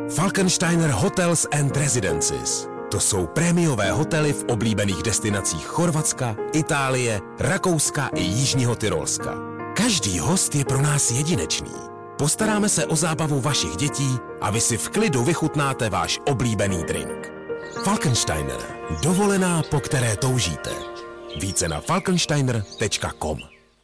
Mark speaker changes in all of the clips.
Speaker 1: Falkensteiner Hotels and Residences. To jsou prémiové hotely v oblíbených destinacích Chorvatska, Itálie, Rakouska i Jižního Tyrolska. Každý host je pro nás jedinečný. Postaráme se o zábavu vašich dětí a vy si v klidu vychutnáte váš oblíbený drink. Falkensteiner. Dovolená, po které toužíte. Více na falkensteiner.com.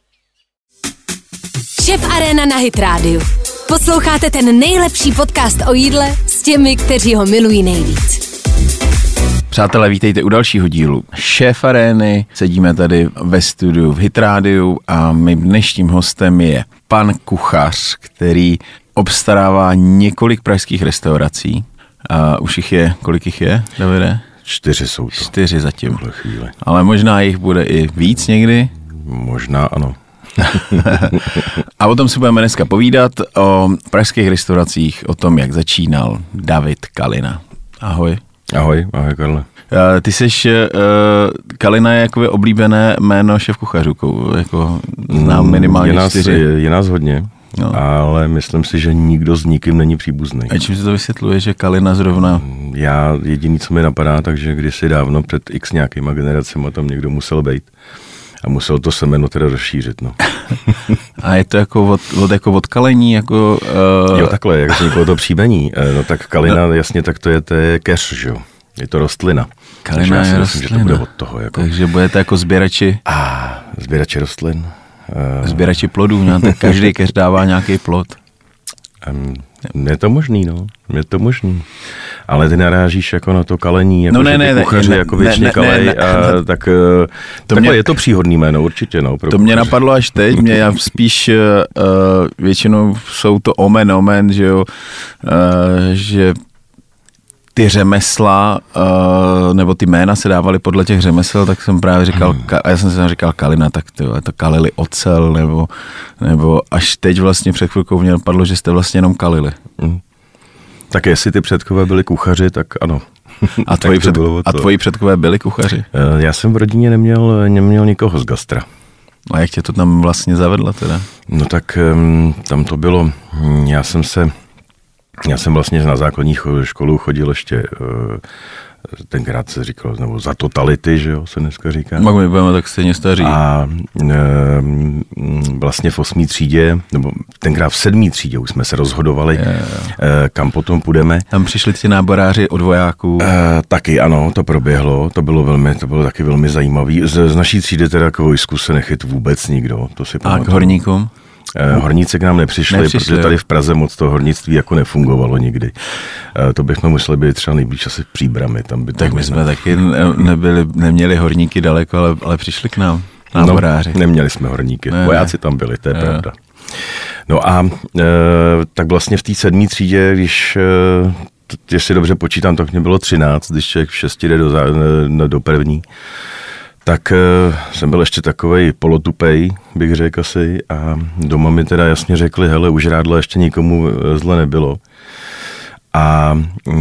Speaker 2: Šéf Aréna na Hit Radio. Posloucháte ten nejlepší podcast o jídle s těmi, kteří ho milují nejvíc.
Speaker 3: Přátelé, vítejte u dalšího dílu Šéf Arény. Sedíme tady ve studiu v Hit Radio a mým dnešním hostem je pan kuchař, který obstarává několik pražských restaurací. A už jich je, kolik jich je, Davide?
Speaker 4: 4 jsou to.
Speaker 3: 4 zatím.
Speaker 4: Chvíli.
Speaker 3: Ale možná jich bude i víc někdy.
Speaker 4: Možná ano.
Speaker 3: A o tom si budeme dneska povídat, o pražských restauracích, o tom, jak začínal David Kalina. Ahoj.
Speaker 4: Ahoj Karle.
Speaker 3: Ty seš, Kalina je jakoby oblíbené jméno šéfkuchařů, jako znám minimálně 4.
Speaker 4: Je nás hodně, no. Ale myslím si, že nikdo s nikým není příbuzný.
Speaker 3: A čím se to vysvětluje, že Kalina zrovna?
Speaker 4: Já jediný, co mi napadá, takže kdysi dávno před x nějakýma generacemi tam někdo musel být. A musel to semeno teda rozšířit, no.
Speaker 3: A je to jako od kalení, jako...
Speaker 4: Jo, takhle, jak vzniklo to příjmení. No tak kalina, no. Jasně, tak to je keř, že jo. Je to rostlina.
Speaker 3: Kalina je
Speaker 4: myslím,
Speaker 3: rostlina.
Speaker 4: že to bude od toho. Jako...
Speaker 3: Takže budete jako sběrači...
Speaker 4: Sběrači rostlin.
Speaker 3: Sběrači plodů, každý keř dává nějaký plod.
Speaker 4: Je to možný, no. Je to možný. Ale ty narážíš jako na to kalení, jako že kuchaři jako věčně kalej, tak takhle je to příhodný jméno, určitě, no. To
Speaker 3: mě napadlo až teď, já spíš většinou jsou to omen, že jo, že ty řemesla, nebo ty jména se dávaly podle těch řemesel, tak jsem právě říkal, a já jsem si říkal Kalina, tak to kalili ocel, nebo až teď vlastně před chvilkou mě napadlo, že jste vlastně jenom kalili.
Speaker 4: Tak jestli ty předkové byli kuchaři, tak ano.
Speaker 3: A tvoji předkové byli kuchaři?
Speaker 4: Já jsem v rodině neměl nikoho z gastra.
Speaker 3: A jak tě to tam vlastně zavedlo teda?
Speaker 4: No tak tam to bylo, já jsem vlastně na základní školu chodil ještě, tenkrát se říkalo, nebo za totality, že jo, se dneska říká.
Speaker 3: Tak my budeme tak stejně staří.
Speaker 4: A vlastně v 8. třídě, nebo tenkrát v 7. třídě už jsme se rozhodovali, kam potom půjdeme.
Speaker 3: Tam přišli ti náboráři od vojáků.
Speaker 4: Taky ano, to proběhlo, to bylo taky velmi zajímavý. Z naší třídy teda k vojsku se nechyt vůbec nikdo, to si pamatuju.
Speaker 3: A k horníkům?
Speaker 4: Horníci k nám nepřišli, protože tady v Praze moc to hornictví jako nefungovalo nikdy. To bychom museli být třeba nejblíž asi Příbrami. Tam by
Speaker 3: tak my jsme taky neměli horníky daleko, ale přišli k nám náboráři.
Speaker 4: No, neměli jsme horníky, vojáci tam byli, to je pravda. No a tak vlastně v té 7. třídě, když jestli dobře počítám, tak mě bylo 13, když člověk v 6 jde do první. Tak jsem byl ještě takovej polotupej, bych řekl asi, a doma mi teda jasně řekli, hele, u žrádla ještě nikomu zle nebylo. A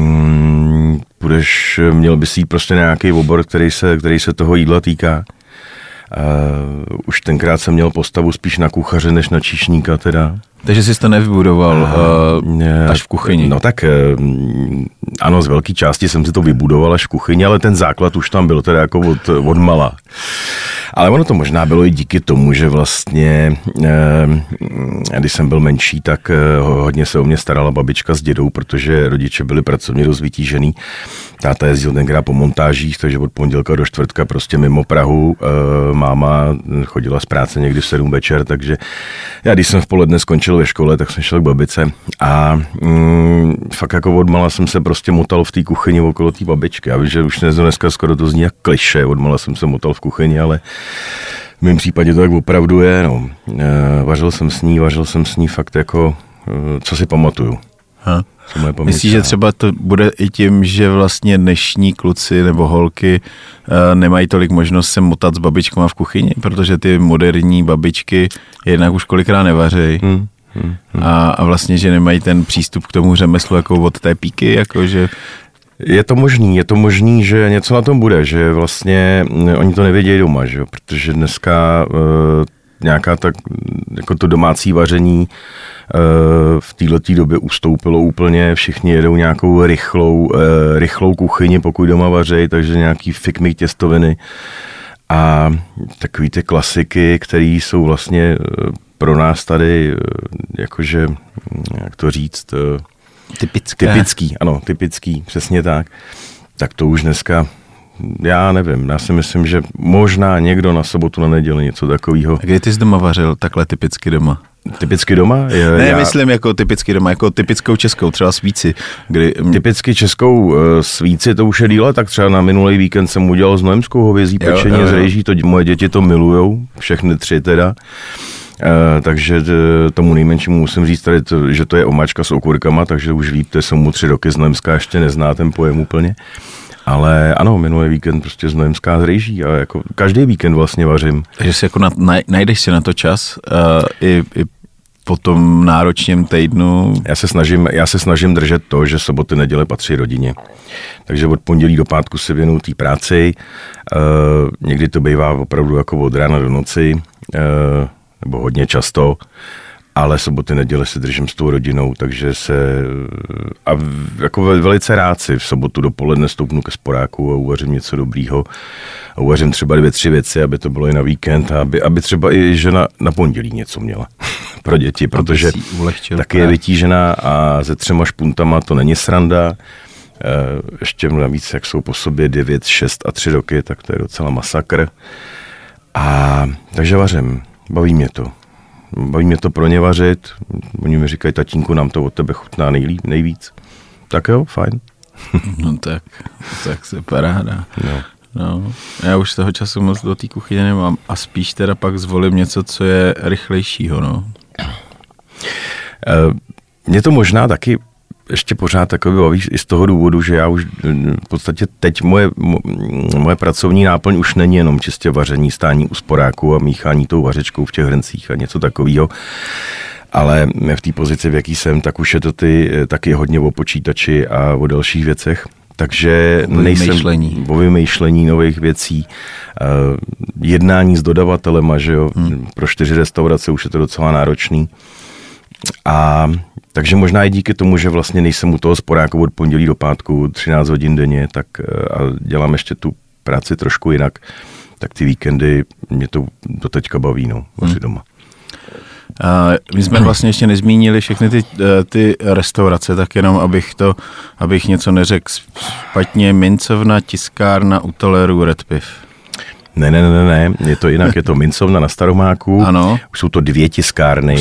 Speaker 4: měl bys jít prostě nějaký obor, který se toho jídla týká. Už tenkrát jsem měl postavu spíš na kuchaře, než na číšníka teda.
Speaker 3: Takže jsi to nevybudoval až v kuchyni?
Speaker 4: No tak ano, z velké části jsem si to vybudoval až v kuchyni, ale ten základ už tam byl teda jako od mala. Ale ono to možná bylo i díky tomu, že vlastně, když jsem byl menší, tak hodně se o mě starala babička s dědou, protože rodiče byli pracovně dost vytížený. Táta jezdil tenkrát po montážích, takže od pondělka do čtvrtka prostě mimo Prahu. Máma chodila z práce někdy v 7 večer, takže já když jsem v poledne skončil ve škole, tak jsem šel k babice a fakt jako odmala jsem se prostě motal v té kuchyni okolo té babičky. Já vím, že už dneska skoro to zní jak klišé, odmala jsem se motal v kuchyni, ale v mém případě to tak opravdu je. No. Vařil jsem s ní fakt jako, co si pamatuju.
Speaker 3: Myslíš, že třeba to bude i tím, že vlastně dnešní kluci nebo holky nemají tolik možnost se motat s babičkama v kuchyni, protože ty moderní babičky jednak už kolikrát nevařejí. A vlastně, že nemají ten přístup k tomu řemeslu jako od té píky, jakože...
Speaker 4: Je to možný, že něco na tom bude, že vlastně oni to nevědějí doma, že jo? Protože dneska nějaká tak, jako to domácí vaření v této době ustoupilo úplně, všichni jedou nějakou rychlou kuchyni, pokud doma vařejí, takže nějaký fikmik těstoviny a takový ty klasiky, které jsou vlastně pro nás tady, jakože, jak to říct, typický, přesně tak. Tak to už dneska, já nevím, já si myslím, že možná někdo na sobotu, na neděli něco takového.
Speaker 3: A kdy ty jsi doma vařil takhle typicky doma?
Speaker 4: Typicky doma?
Speaker 3: Myslím jako typicky doma, jako typickou českou, třeba svíci.
Speaker 4: Typicky českou svíci, to už je díle, tak třeba na minulý víkend jsem udělal znojemskou hovězí pečení z rejží, to moje děti to milujou, všechny 3 teda. Takže tomu nejmenšímu musím říct tady, že to je omáčka s okurkama, takže už líp, to jsou mu 3 roky, znojemská ještě nezná ten pojem úplně. Ale ano, minulý víkend prostě znojemská z rejží a jako každý víkend vlastně vařím.
Speaker 3: Takže si jako najdeš si na to čas i po tom náročném týdnu?
Speaker 4: Já se snažím držet to, že soboty, neděle patří rodině. Takže od pondělí do pátku se věnuju té práci. Někdy to bývá opravdu jako od rána do noci, nebo hodně často, ale soboty, neděle se držím s tou rodinou, takže a jako velice rád si v sobotu dopoledne stoupnu ke sporáku a uvařím něco dobrýho. A uvařím třeba 2-3 věci, aby to bylo i na víkend a aby třeba i žena na pondělí něco měla pro děti, protože taky je vytížená a se 3 špuntama to není sranda. Ještě navíc, jak jsou po sobě 9, 6 a 3 roky, tak to je docela masakr. Takže vařím, baví mě to. Baví mě to pro ně vařit, oni mi říkají, tatínku, nám to od tebe chutná nejvíc. Tak jo, fajn.
Speaker 3: No tak se paráda. No. Já už toho času moc do té kuchyně nemám a spíš teda pak zvolím něco, co je rychlejšího, no.
Speaker 4: Mě to možná taky ještě pořád takový baví i z toho důvodu, že já už v podstatě teď moje pracovní náplň už není jenom čistě vaření, stání u sporáku a míchání tou vařečkou v těch hrncích a něco takového. Ale v té pozici, v jaký jsem, tak už je to taky hodně o počítači a o dalších věcech. Takže nejsem o vymýšlení nových věcí, jednání s dodavatelema, že jo, pro 4 restaurace už je to docela náročný. Takže možná i díky tomu, že vlastně nejsem u toho sporáku od pondělí do pátku 13 hodin denně, tak a dělám ještě tu práci trošku jinak, tak ty víkendy mě to doteďka baví, vařit doma.
Speaker 3: My jsme vlastně ještě nezmínili všechny ty restaurace, tak jenom abych něco neřekl špatně. Mincovna, tiskárna, u Tolerů, Red Piv.
Speaker 4: Ne, je to jinak, je to Mincovna na Staromáku.
Speaker 3: Ano.
Speaker 4: Už jsou to 2 tiskárny.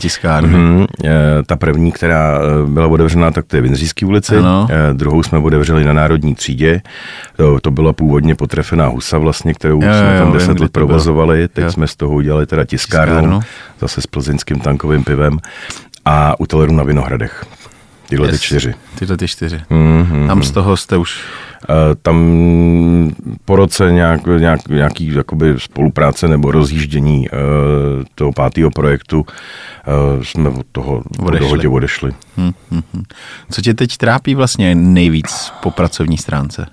Speaker 4: Ta první, která byla otevřená, tak to je v Jindřišské ulici.
Speaker 3: Ano.
Speaker 4: Druhou jsme otevřeli na Národní třídě. To byla původně potrefená husa vlastně, kterou jsme tam 10 let provozovali. Teď jsme z toho udělali teda tiskárnu. Zase s plzeňským tankovým pivem. A u Tolerů na Vinohradech. Tyhle ty 4.
Speaker 3: Tam z toho jste už...
Speaker 4: Tam po roce nějaký jakoby spolupráce nebo rozjíždění toho 5. projektu jsme od toho po dohodě odešli.
Speaker 3: Co tě teď trápí vlastně nejvíc po pracovní stránce?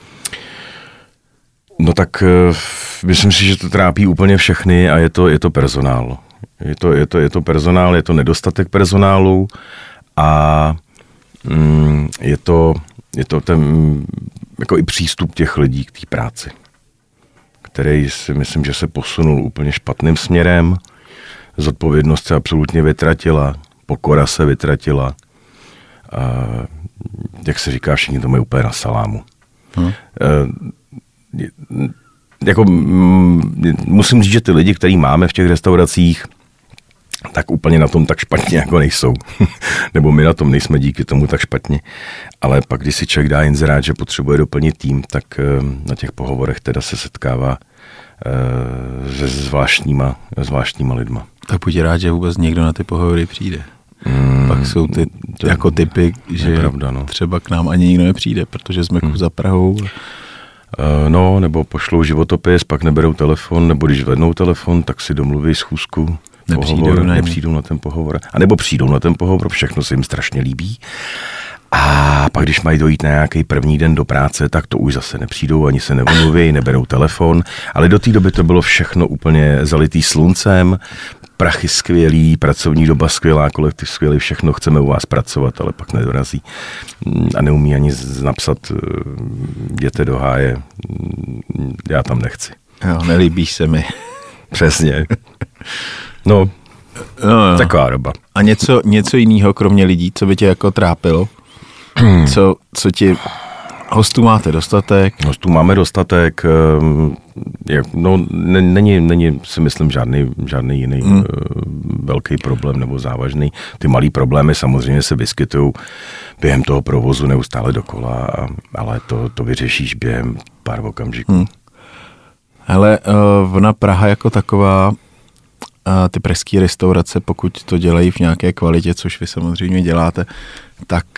Speaker 4: No tak myslím si, že to trápí úplně všechny a je to personál. Je to personál, je to nedostatek personálu a je to ten jako i přístup těch lidí k té práci, který si myslím, že se posunul úplně špatným směrem. Zodpovědnost se absolutně vytratila, pokora se vytratila. A jak se říká, všichni to mají úplně na salámu. Musím říct, že ty lidi, který máme v těch restauracích, tak úplně na tom tak špatně jako nejsou. Nebo my na tom nejsme díky tomu tak špatně. Ale pak, když si člověk dá inzerát, že potřebuje doplnit tým, tak na těch pohovorech teda se setkává se zvláštníma lidma.
Speaker 3: Tak buď rád, že vůbec někdo na ty pohovory přijde. Pak jsou ty jako typy, že pravda, třeba k nám ani nikdo nepřijde, protože jsme za Prahou.
Speaker 4: Nebo pošlou životopis, pak neberou telefon, nebo když vednou telefon, tak si domluví schůzku. Nepřijdou na ten pohovor. A nebo přijdou na ten pohovor, všechno se jim strašně líbí. A pak když mají dojít na nějaký první den do práce, tak to už zase nepřijdou, ani se neomluví, neberou telefon, ale do té doby to bylo všechno úplně zalitý sluncem, prachy skvělý, pracovní doba skvělá, kolektiv skvělý, všechno chceme u vás pracovat, ale pak nedorazí a neumí ani napsat jděte do háje, já tam nechci.
Speaker 3: Jo, nelíbíš se mi.
Speaker 4: Přesně. No, taková doba.
Speaker 3: A něco jiného, kromě lidí, co by tě jako trápilo? Co ti... Hostů máte dostatek?
Speaker 4: Hostů máme dostatek, no není si myslím žádný jiný velký problém nebo závažný. Ty malý problémy samozřejmě se vyskytují během toho provozu neustále dokola, ale to vyřešíš během pár okamžiků.
Speaker 3: Hele, ona Praha jako taková, ty pražské restaurace, pokud to dělají v nějaké kvalitě, což vy samozřejmě děláte, tak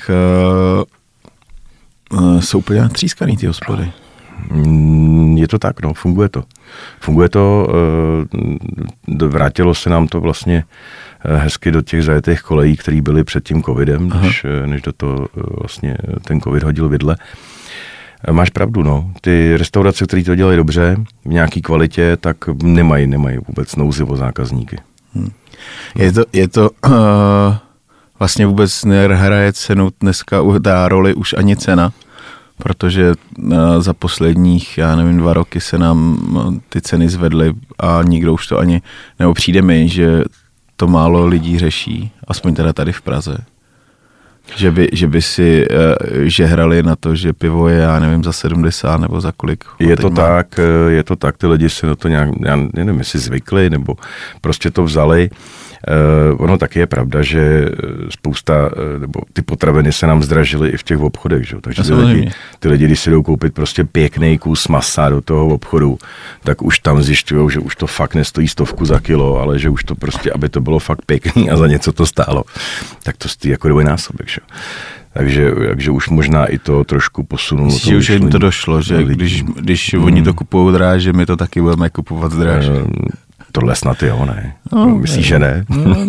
Speaker 3: jsou úplně natřískaný ty hospody.
Speaker 4: Je to tak, no, funguje to, vrátilo se nám to vlastně hezky do těch zajetých kolejí, které byly před tím covidem, než do toho vlastně ten covid hodil vidle. Máš pravdu, no. Ty restaurace, které to dělají dobře, v nějaký kvalitě, tak nemají vůbec nouzi o zákazníky.
Speaker 3: Je to vlastně vůbec nehraje cenu dneska, dá roli už ani cena, protože za posledních, 2 roky se nám ty ceny zvedly a nikdo už to ani, nebo přijde mi, že to málo lidí řeší, aspoň teda tady v Praze. Že by si žehrali na to, že pivo je, za 70 nebo za kolik.
Speaker 4: Je to tak, ty lidi si na to nějak, já nevím, jestli zvykli, nebo prostě to vzali. Ono taky je pravda, že spousta, nebo ty potraviny se nám zdražily i v těch obchodech, že? Takže ty lidi, když si jdou koupit prostě pěkný kus masa do toho obchodu, tak už tam zjišťujou, že už to fakt nestojí 100 za kilo, ale že už to prostě, aby to bylo fakt pěkný a za něco to stálo, tak to stojí jako dvojnásobek, že? Takže už možná i to trošku posunulo.
Speaker 3: Myslím, že už jim to došlo, že když oni to kupují dráž, že my to taky budeme kupovat dráž.
Speaker 4: Tohle snad jo, ne? Myslíš, že ne?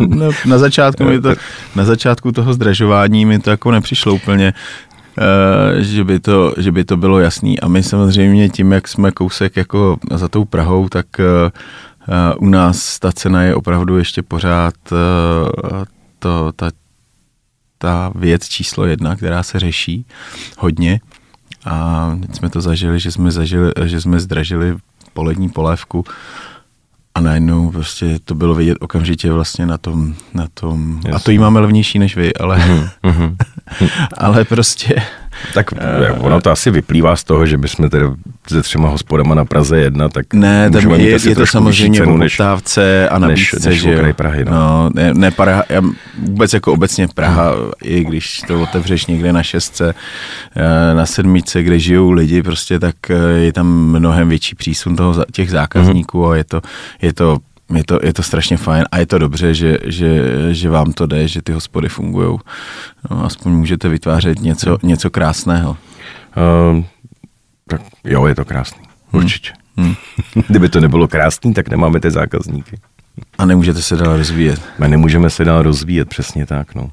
Speaker 3: Na začátku toho zdražování mi to jako nepřišlo úplně, že by to bylo jasný. A my samozřejmě tím, jak jsme kousek jako za tou Prahou, tak u nás ta cena je opravdu ještě pořád ta věc číslo 1, která se řeší hodně. A jsme to zažili, že jsme zdražili polední polévku a najednou prostě to bylo vidět okamžitě vlastně na tom a to jí máme levnější než vy, ale prostě...
Speaker 4: Tak ono to asi vyplývá z toho, že bychom tedy se 3 hospodama na Praze 1, tak
Speaker 3: ne, tam je to samozřejmě o poptávce a nabídce,
Speaker 4: než
Speaker 3: že
Speaker 4: Prahy,
Speaker 3: no. Ne Praha, vůbec jako obecně Praha, i když to otevřeš někde na 6, na 7, kde žijou lidi, prostě tak je tam mnohem větší přísun těch zákazníků a je to strašně fajn a je to dobře, že vám to jde, že ty hospody fungujou. No, aspoň můžete vytvářet něco krásného.
Speaker 4: Tak jo, je to krásný. Určitě. Kdyby to nebylo krásný, tak nemáme ty zákazníky.
Speaker 3: A nemůžete se dál rozvíjet.
Speaker 4: A nemůžeme se dál rozvíjet, přesně tak. No.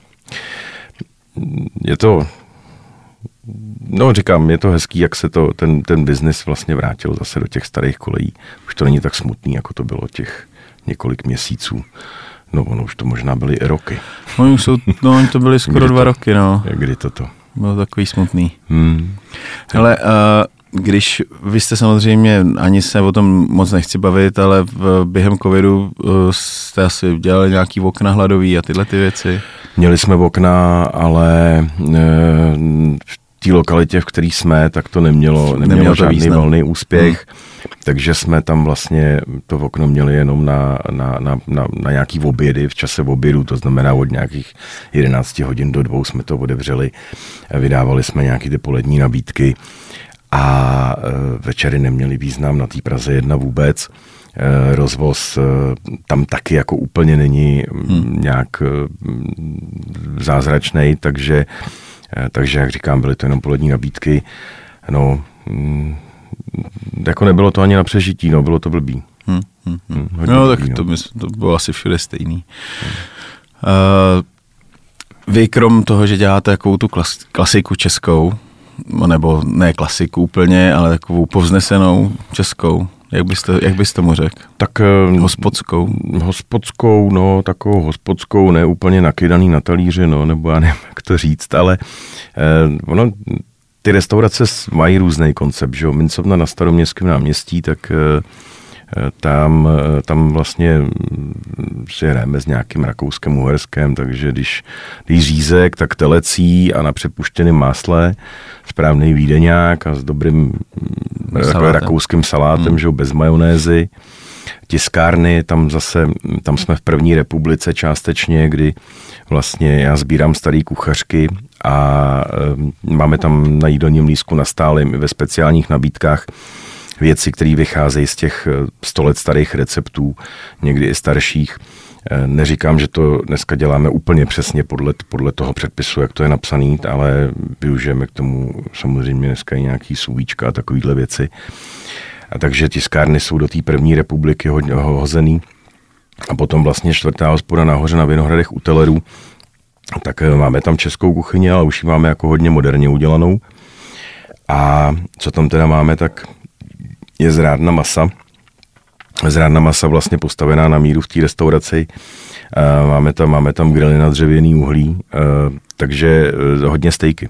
Speaker 4: Je to... No říkám, je to hezký, jak se ten biznis vlastně vrátil zase do těch starých kolejí. Už to není tak smutný, jako to bylo těch několik měsíců. No ono už to možná byly i roky.
Speaker 3: Oni to byly skoro 2 roky, no.
Speaker 4: Kdy toto?
Speaker 3: Bylo takový smutný. Hele, když vy jste samozřejmě, ani se o tom moc nechci bavit, ale během covidu jste asi dělali nějaký okna hladový a tyhle ty věci?
Speaker 4: Měli jsme okna, ale v té lokalitě, v které jsme, tak to nemělo žádný volný úspěch, takže jsme tam vlastně to okno měli jenom na nějaký obědy, v čase obědu, to znamená od nějakých 11 hodin do 2 jsme to otevřeli, vydávali jsme nějaké ty polední nabídky a večery neměly význam na té Praze 1 vůbec. Rozvoz tam taky jako úplně není nějak zázračnej, takže jak říkám, byly to jenom polední nabídky. No, jako nebylo to ani na přežití, no, bylo to blbý.
Speaker 3: No, tak to bylo asi všude stejný. vy krom toho, že děláte takovou tu klasiku českou, nebo ne klasiku úplně, ale takovou povznesenou českou, jak byste tomu řekl?
Speaker 4: Tak
Speaker 3: hospodskou.
Speaker 4: Hospodskou, no, takovou hospodskou, ne úplně nakydaný na talíři, no, nebo já nevím, jak to říct, ale ono, ty restaurace mají různý koncept, že jo, Mincovna na Staroměstském náměstí, tak tam vlastně si hrajeme s nějakým Rakouskem, Uherskem, takže když řízek, tak telecí a na přepuštěném másle, správný vídeňák a s dobrým rakouským salátem, že jo, bez majonézy. Tiskárny, tam jsme v první republice částečně, kdy vlastně já sbírám starý kuchařky a máme tam na jídelním lístku na stálym i ve speciálních nabídkách věci, které vycházejí z těch 100 let starých receptů, někdy i starších. Neříkám, že to dneska děláme úplně přesně podle toho předpisu, jak to je napsaný, ale využijeme k tomu samozřejmě dneska i nějaký sůvíčka a takovýhle věci. A takže tiskárny jsou do té první republiky hozený. A potom vlastně 4. hospoda nahoře na Vinohradech u Tellerů, tak máme tam českou kuchyni, ale už ji máme jako hodně moderně udělanou. A co tam teda máme, tak je zrádna masa. Zrádna masa vlastně postavená na míru v té restauraci. Máme tam grily na dřevěný uhlí, takže hodně stejky.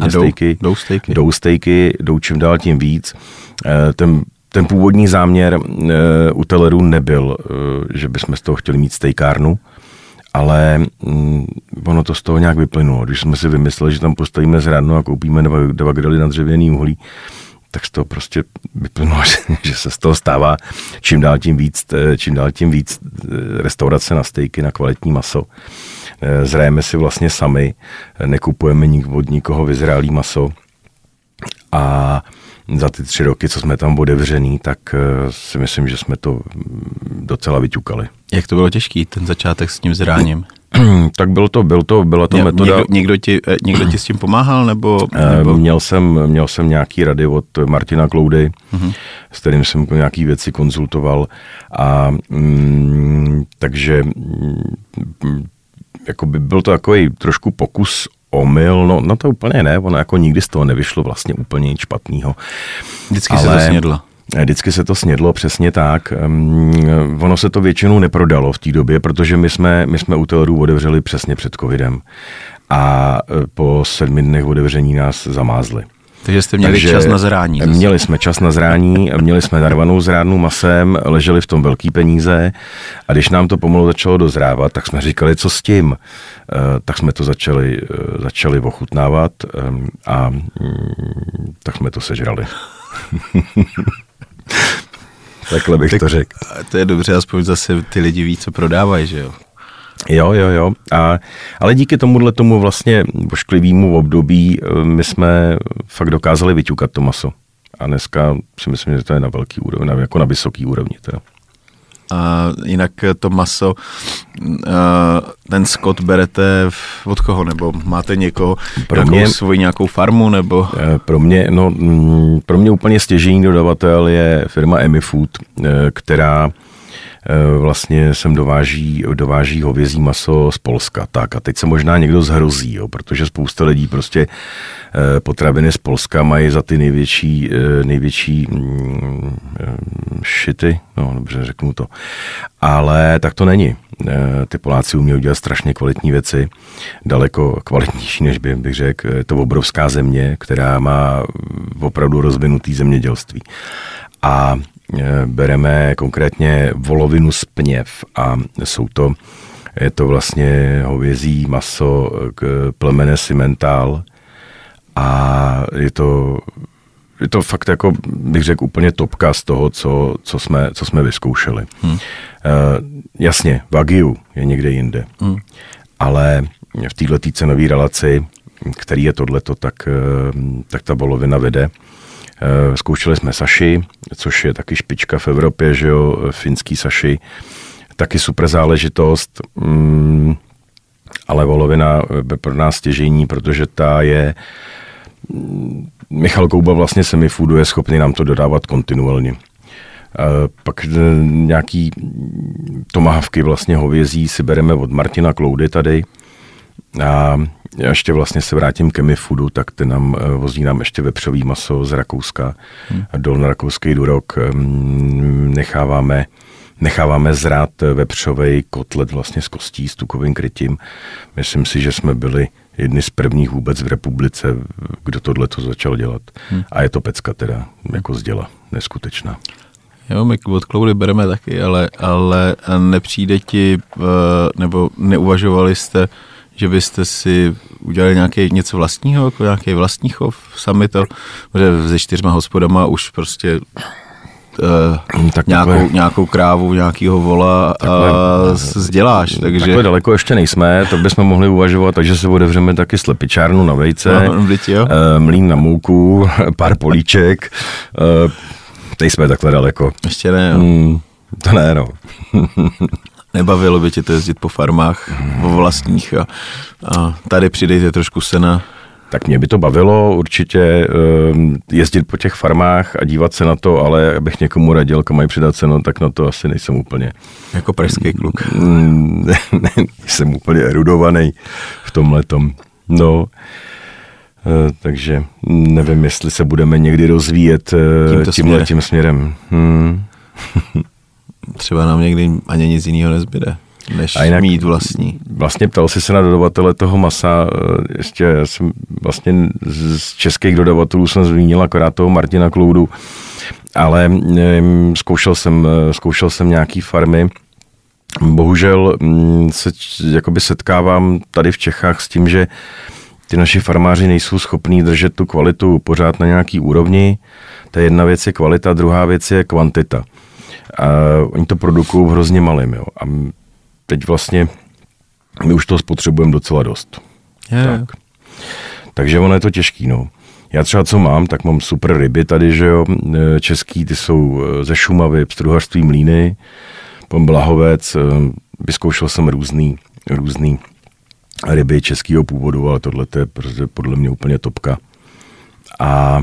Speaker 4: Jdou stejky, jdou čím dál tím víc. Ten původní záměr u Tellerů nebyl, že bychom z toho chtěli mít stejkárnu, ale ono to z toho nějak vyplynulo. Když jsme si vymysleli, že tam postavíme zrádnu a koupíme dva grily na dřevěný uhlí, tak z toho prostě vyplynulo, že se z toho stává čím dál tím víc restaurace na stejky, na kvalitní maso. Zrajeme si vlastně sami, nekupujeme od nikoho vyzrálý maso a za ty 3 roky, co jsme tam otevřený, tak si myslím, že jsme to docela vyťukali. Jak
Speaker 3: to bylo těžký, ten začátek s tím zráním?
Speaker 4: Tak byla to metoda.
Speaker 3: Někdo ti s tím pomáhal, nebo?
Speaker 4: Měl jsem nějaký rady od Martina Kloudy, s kterým jsem nějaký věci konzultoval a takže jakoby byl to takový trošku pokus omyl, no to úplně ne, ono jako nikdy z toho nevyšlo vlastně úplně nic špatného.
Speaker 3: Vždycky se to snědlo.
Speaker 4: Vždycky se to snědlo, přesně tak. Ono se to většinou neprodalo v té době, protože my jsme u Tellerů otevřeli přesně před covidem a po 7 dnech otevření nás zamázli.
Speaker 3: Takže jste měli čas na zrání.
Speaker 4: Měli jsme čas na zrání, měli jsme narvanou zrádnu masem, leželi v tom velký peníze a když nám to pomalu začalo dozrávat, tak jsme říkali, co s tím. Tak jsme to začali ochutnávat a tak jsme to sežrali. Takhle bych to řekl.
Speaker 3: To je dobře, aspoň zase ty lidi ví, co prodávají, že jo?
Speaker 4: Jo. Ale díky tomu vlastně ošklivému období my jsme fakt dokázali vyťukat to maso. A dneska si myslím, že to je na velký úrovni, jako na vysoký úrovni. Teda.
Speaker 3: A jinak to maso, ten skot berete od koho? Nebo máte někoho, svoji nějakou farmu? Nebo?
Speaker 4: Pro mě úplně stěžejní dodavatel je firma Emifood, která vlastně sem dováží hovězí maso z Polska. Tak a teď se možná někdo zhrozí, jo, protože spousta lidí prostě potraviny z Polska mají za ty největší šity, no dobře řeknu to. Ale tak to není. Ty Poláci umějí dělat strašně kvalitní věci, daleko kvalitnější, než bych řekl. Je to obrovská země, která má opravdu rozvinutý zemědělství. A bereme konkrétně volovinu z Pněv a je to vlastně hovězí maso k plemene Simmental a je to fakt jako bych řekl úplně topka z toho, co jsme vyzkoušeli. Jasně, Wagyu je někde jinde, ale v této cenové relaci, který je tohleto, tak ta volovina vede. Zkoušeli jsme saši, což je taky špička v Evropě, že jo, finský saši, taky super záležitost, ale volovina pro nás stěžejní, protože ta je, Michal Kouba vlastně Semifoodu je schopný nám to dodávat kontinuálně. Pak nějaký tomahawky vlastně hovězí si bereme od Martina Kloudy tady A ještě vlastně se vrátím ke Mifoodu, tak ty vozí nám ještě vepřový maso z Rakouska. Dolnorakouský Duroc. Necháváme zrát vepřovej kotlet vlastně z kostí s tukovým krytím. Myslím si, že jsme byli jedni z prvních vůbec v republice, kdo tohleto začal dělat. A je to pecka teda, jako z děla, neskutečná.
Speaker 3: Jo, my od Cloudy bereme taky, ale nepřijde ti, nebo neuvažovali jste, že byste si udělali něco vlastního, jako nějaký vlastní chov, sami to, protože se 4 hospodama už prostě nějakou krávu, nějakýho vola děláš. Takže...
Speaker 4: Takhle daleko ještě nejsme, to bychom mohli uvažovat, takže se otevřeme taky slepičárnu na vejce, mlýn na mouku, pár políček, teď jsme takhle daleko.
Speaker 3: Ještě ne, jo.
Speaker 4: To ne, no.
Speaker 3: Nebavilo by tě to jezdit po farmách vlastních a tady přidejte trošku sena.
Speaker 4: Tak mě by to bavilo určitě jezdit po těch farmách a dívat se na to, ale abych někomu radil, kam mají přidat seno, tak na to asi nejsem úplně.
Speaker 3: Jako pražský kluk.
Speaker 4: Jsem úplně erudovaný v tomhletom. No, takže nevím, jestli se budeme někdy rozvíjet tímhletím směrem.
Speaker 3: Třeba nám někdy ani nic jiného nezbyde, než mít vlastní.
Speaker 4: Vlastně ptal jsi se na dodavatele toho masa, ještě já jsem vlastně z českých dodavatelů jsem zmínil akorát toho Martina Cloudu, ale zkoušel jsem nějaký farmy. Bohužel se jakoby setkávám tady v Čechách s tím, že ty naši farmáři nejsou schopní držet tu kvalitu pořád na nějaký úrovni. Ta jedna věc je kvalita, druhá věc je kvantita. A oni to produkují hrozně malým. Jo. A teď vlastně my už toho spotřebujeme docela dost. Tak. Takže ono je to těžký. No. Já třeba co mám, tak mám super ryby tady, že jo, český, ty jsou ze Šumavy, Pstruhařství Mlýny, pan Blahovec, vyzkoušel jsem různý ryby českého původu, ale tohle je podle mě úplně topka. A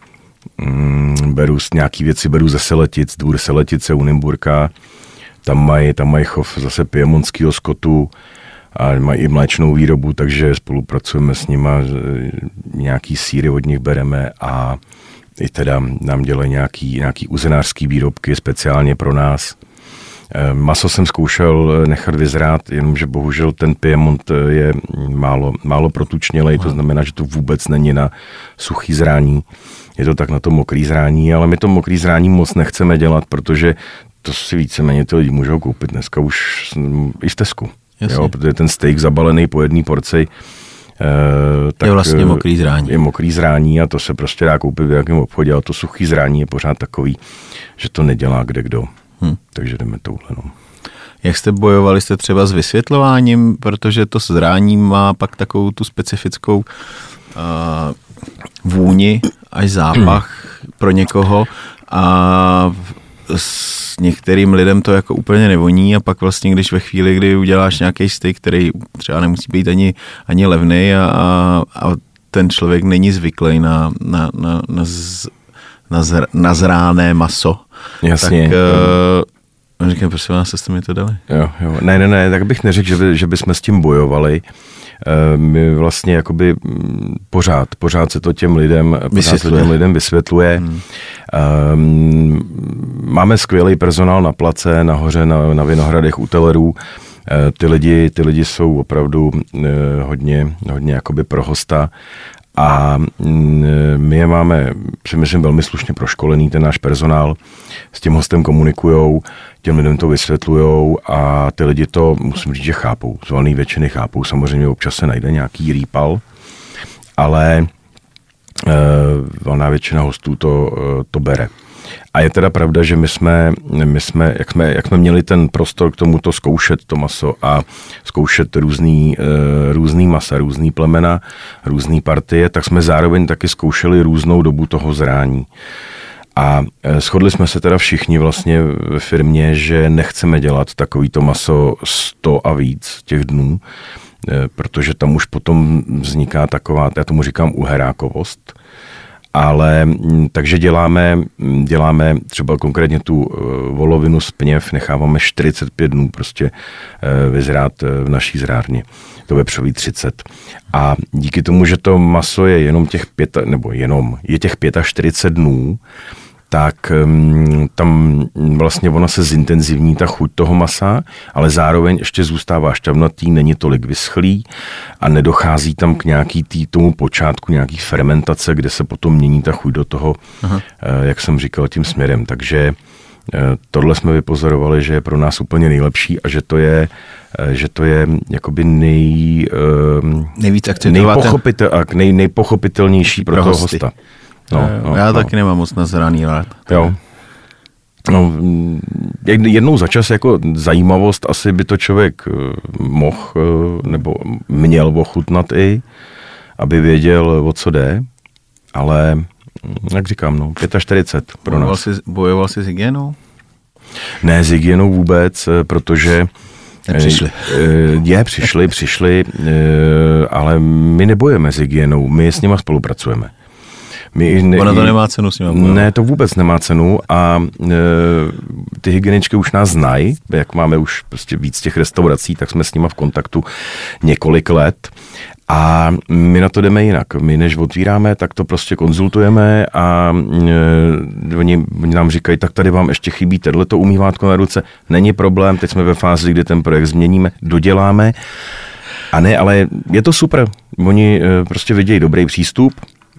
Speaker 4: nějaký věci beru ze Seletic, Dvůr Seletice u Nymburka, tam mají chov zase piemontského skotu a mají i mléčnou výrobu, takže spolupracujeme s nima, nějaký sýry od nich bereme a i teda nám dělají nějaký uzenářský výrobky speciálně pro nás. Maso jsem zkoušel nechat vyzrát, jenomže bohužel ten Piemont je málo protučnělej, to znamená, že to vůbec není na suchý zrání. Je to tak na to mokrý zrání, ale my to mokrý zrání moc nechceme dělat, protože to si víceméně ty lidi můžou koupit dneska už i v Tesku. Jo, protože ten steak zabalený po jedné porci
Speaker 3: tak je vlastně mokrý zrání.
Speaker 4: Je mokrý zrání a to se prostě dá koupit v nějakém obchodě, ale to suchý zrání je pořád takový, že to nedělá kdekdo. Takže jdeme touhle. No.
Speaker 3: Jak jste bojovali třeba s vysvětlováním, protože to zrání má pak takovou tu specifickou vůni až zápach pro někoho a s některým lidem to jako úplně nevoní a pak vlastně, když ve chvíli, kdy uděláš nějaký steak, který třeba nemusí být ani levnej a ten člověk není zvyklý na zráné maso.
Speaker 4: Jasně.
Speaker 3: Tak říkám, prosím vás, jste mi to dali.
Speaker 4: Jo. Ne, tak bych neřekl, že bychom s tím bojovali. My vlastně jakoby pořád se to těm lidem vysvětluje. Máme skvělý personál na place, nahoře na Vinohradech u telerů. Ty lidi jsou opravdu hodně jakoby pro hosta. A my je máme, myslím, velmi slušně proškolený, ten náš personál, s tím hostem komunikujou, těm lidem to vysvětlujou a ty lidi to, musím říct, že chápou, z valné většiny chápou, samozřejmě občas se najde nějaký rýpal, ale valná většina hostů to bere. A je teda pravda, že my jsme jak jsme měli ten prostor k tomuto zkoušet to maso a zkoušet různý masa, různý plemena, různý partie, tak jsme zároveň taky zkoušeli různou dobu toho zrání. A shodli jsme se teda všichni vlastně ve firmě, že nechceme dělat takovýto maso 100 a víc těch dnů, protože tam už potom vzniká taková, já tomu říkám uherákovost. Ale takže děláme třeba konkrétně tu volovinu z pněv, necháváme 45 dnů prostě vyzrát v naší zrárně. To vepřový 30. A díky tomu, že to maso je jenom těch 45 dnů, tak tam vlastně ona se zintenzivní ta chuť toho masa, ale zároveň ještě zůstává šťavnatý, není tolik vyschlý a nedochází tam k tomu počátku nějaký fermentace, kde se potom mění ta chuť do toho, jak jsem říkal, tím směrem. Takže tohle jsme vypozorovali, že je pro nás úplně nejlepší a že to je jakoby nejpochopitelnější pro toho hosta.
Speaker 3: Já taky nemám moc nazraný rád.
Speaker 4: Jo. No, jednou za čas jako zajímavost asi by to člověk mohl nebo měl ochutnat i, aby věděl, o co jde, ale jak říkám, 45 pro nás.
Speaker 3: Bojoval jsi s hygienou?
Speaker 4: Ne, s hygienou vůbec, protože přišli, ale my nebojujeme s hygienou, my s nima spolupracujeme.
Speaker 3: Ono to nemá cenu s nima.
Speaker 4: Ne, to vůbec nemá cenu a ty hygieničky už nás znají, jak máme už prostě víc těch restaurací, tak jsme s nima v kontaktu několik let a my na to jdeme jinak. My než otvíráme, tak to prostě konzultujeme a oni nám říkají, tak tady vám ještě chybí tohleto umývátko na ruce, není problém, teď jsme ve fázi, kdy ten projekt změníme, doděláme a ne, ale je to super, oni prostě vidějí dobrý přístup,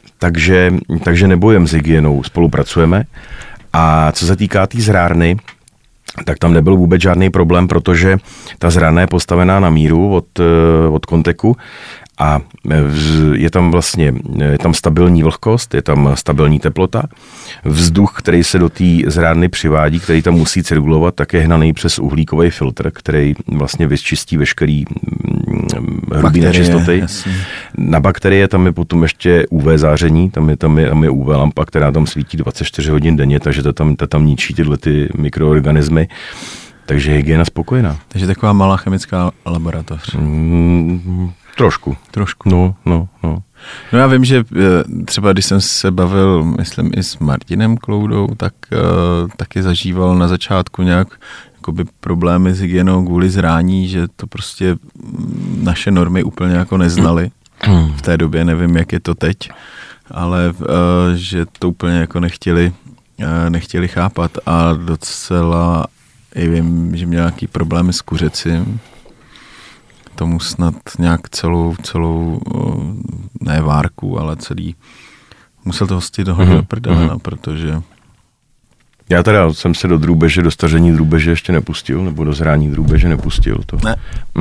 Speaker 4: takže nebojujeme s hygienou, spolupracujeme. A co se týká té zrárny, tak tam nebyl vůbec žádný problém, protože ta zrárna je postavená na míru od Konteku a je tam stabilní vlhkost, je tam stabilní teplota. Vzduch, který se do té zrárny přivádí, který tam musí cirkulovat, tak je hnaný přes uhlíkový filtr, který vlastně vyčistí veškerý hrubý nečistoty. Jasný. Na bakterie tam je potom ještě UV záření, tam je UV lampa, která tam svítí 24 hodin denně, takže to tam ničí tyhle ty mikroorganismy. Takže hygiena spokojená.
Speaker 3: Takže taková malá chemická laboratoř.
Speaker 4: Trošku. No,
Speaker 3: já vím, že třeba když jsem se bavil, myslím i s Martinem Kloudou, tak taky zažíval na začátku nějak jakoby problémy s hygienou kvůli zrání, že to prostě naše normy úplně jako neznali. V té době nevím, jak je to teď, ale že to úplně jako nechtěli chápat a docela i vím, že měl nějaký problémy s kuřecím. Tomu snad nějak celou ne várku, ale celý musel to hostit do prdele, protože...
Speaker 4: Já teda jsem se do staření drůbeže ještě nepustil, nebo do zrání drůbeže nepustil. To.
Speaker 3: Ne.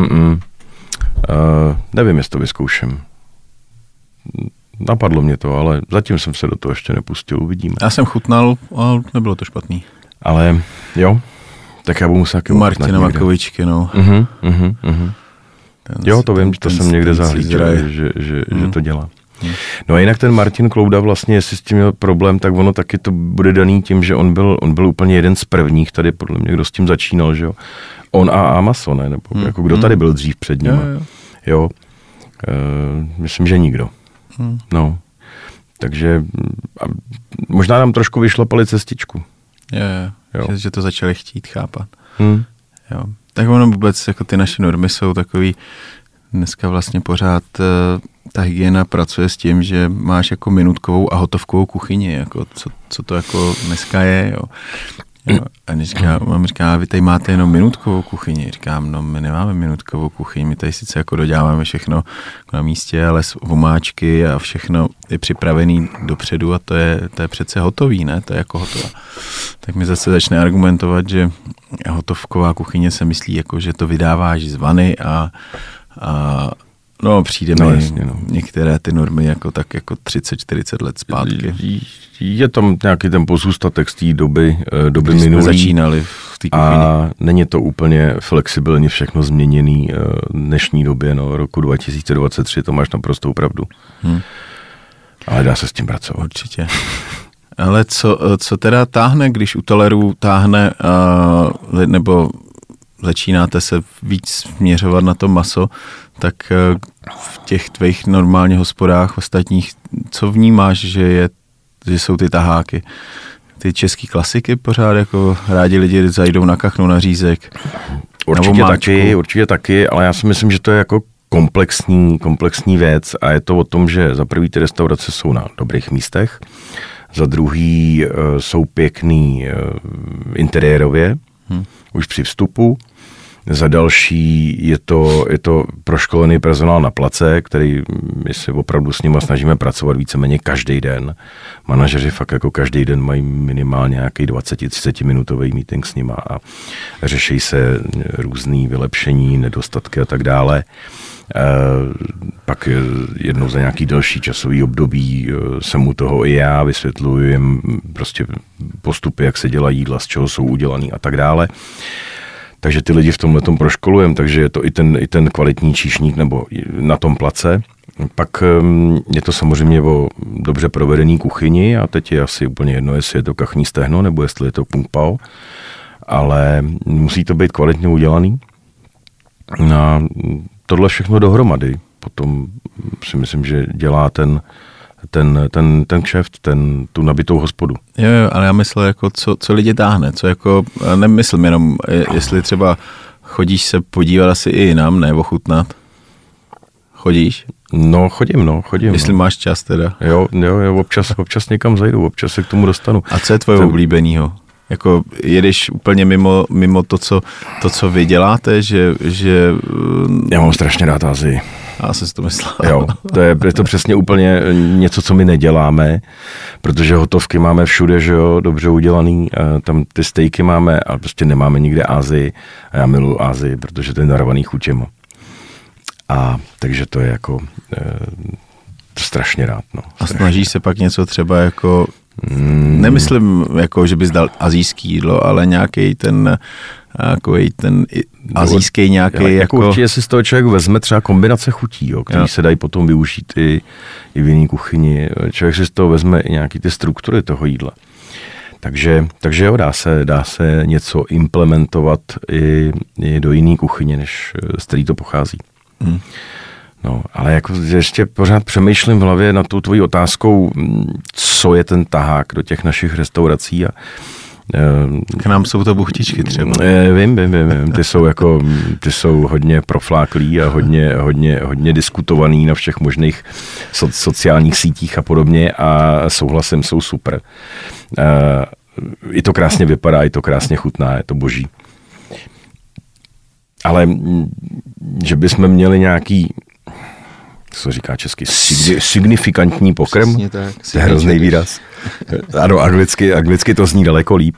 Speaker 4: Nevím, jestli to vyzkouším. Napadlo mě to, ale zatím jsem se do toho ještě nepustil, uvidíme.
Speaker 3: Já jsem chutnal, ale nebylo to špatný.
Speaker 4: Ale jo, tak já budu muset
Speaker 3: u Martina Makovičky, no.
Speaker 4: Jo, to vím, to jsem někde zahlídil, že to dělá. No a jinak ten Martin Klouda vlastně, jestli s tím měl problém, tak ono taky to bude daný tím, že on byl úplně jeden z prvních tady, podle mě, kdo s tím začínal, že jo. On a Amazon, ne? Nebo jako kdo tady byl dřív před ním. Jo. Myslím, že nikdo. No. Takže možná nám trošku vyšlapali cestičku.
Speaker 3: Jo. Že to začali chtít chápat. Jo. Tak ono vůbec, jako ty naše normy jsou takový, dneska vlastně pořád ta hygiena pracuje s tím, že máš jako minutkovou a hotovkovou kuchyni, jako co to jako dneska je, jo. A mám říká, vy tady máte jenom minutkovou kuchyni. Říkám, no my nemáme minutkovou kuchyni, my tady sice jako doděláváme všechno na místě, ale vomáčky a všechno je připravený dopředu a to je přece hotový, ne? To je jako hotové. Tak mi zase začne argumentovat, že hotovková kuchyně se myslí, jako, že to vydáváš z vany a přijde mi některé ty normy jako tak jako 30-40 let zpátky.
Speaker 4: Je tam nějaký ten pozůstatek z té doby minulý.
Speaker 3: Jsme začínali v té kuchyni.
Speaker 4: A není to úplně flexibilně všechno změněný dnešní době, roku 2023, to máš naprostou pravdu. Ale dá se s tím pracovat.
Speaker 3: Určitě. Ale co teda táhne, když u tolerů táhne, nebo začínáte se víc směřovat na to maso, tak v těch tvých normálních hospodách ostatních, co vnímáš, že je že jsou ty taháky. Ty český klasiky pořád jako rádi lidi zajdou na kachnu, na řízek.
Speaker 4: Určitě taky, ale já si myslím, že to je jako komplexní věc a je to o tom, že za prvý ty restaurace jsou na dobrých místech, za druhý jsou pěkný interiérově, už při vstupu, za další je to proškolený personál na place, který my si opravdu s nimi snažíme pracovat víceméně každý den. Manažeři fakt jako každý den mají minimálně nějaký 20-30 minutový meeting s nima a řeší se různý vylepšení, nedostatky a tak dále. Pak jednou za nějaký delší časový období jsem u toho i já, vysvětluji jim prostě postupy, jak se dělají jídla, z čeho jsou udělaný a tak dále. Takže ty lidi v tomhletom proškolujeme, takže je to i ten kvalitní číšník nebo na tom place. Pak je to samozřejmě o dobře provedený kuchyni a teď je asi úplně jedno, jestli je to kachní stehno nebo jestli je to kung pao, ale musí to být kvalitně udělaný. A tohle všechno dohromady potom si myslím, že dělá ten kšeft, tu nabitou hospodu.
Speaker 3: Jo, ale já myslím, jako co lidi táhne, co jako, nemyslím jenom, jestli třeba chodíš se podívat asi i jinam, ne ochutnat. Chodíš?
Speaker 4: No, chodím.
Speaker 3: Jestli máš čas teda.
Speaker 4: Jo, občas někam zajdu, občas se k tomu dostanu.
Speaker 3: A co je tvoje oblíbenýho? Jako jedeš úplně mimo to, co vy děláte, že...
Speaker 4: Já mám strašně rád Asii.
Speaker 3: Já jsem si to myslel.
Speaker 4: Jo, je to přesně úplně něco, co my neděláme, protože hotovky máme všude, že jo, dobře udělaný, tam ty stejky máme, ale prostě nemáme nikde Asii a já miluji Asii, protože to je narvaný chutěma. A takže to je jako strašně rád. No,
Speaker 3: a snažíš se pak něco třeba jako... Nemyslím, jako, že bys dal asijský jídlo, ale nějaký ten asijský nějaký
Speaker 4: jako... Určitě si z toho člověk vezme třeba kombinace chutí, jo, který se dají potom využít i v jiný kuchyni. Člověk si z toho vezme i nějaký ty struktury toho jídla. Takže jo, dá se něco implementovat i do jiný kuchyně, než z který to pochází. No, ale jako ještě pořád přemýšlím v hlavě nad tou tvojí otázkou, co je ten tahák do těch našich restaurací.
Speaker 3: K nám jsou to buchtičky třeba.
Speaker 4: Vím. Ty jsou hodně profláklí a hodně diskutovaný na všech možných sociálních sítích a podobně a souhlasím, jsou super. I to krásně vypadá, i to krásně chutná, je to boží. Ale že bychom měli nějaký, co říká česky, signifikantní pokrm, to je hrozný výraz. Ano, anglicky to zní daleko líp.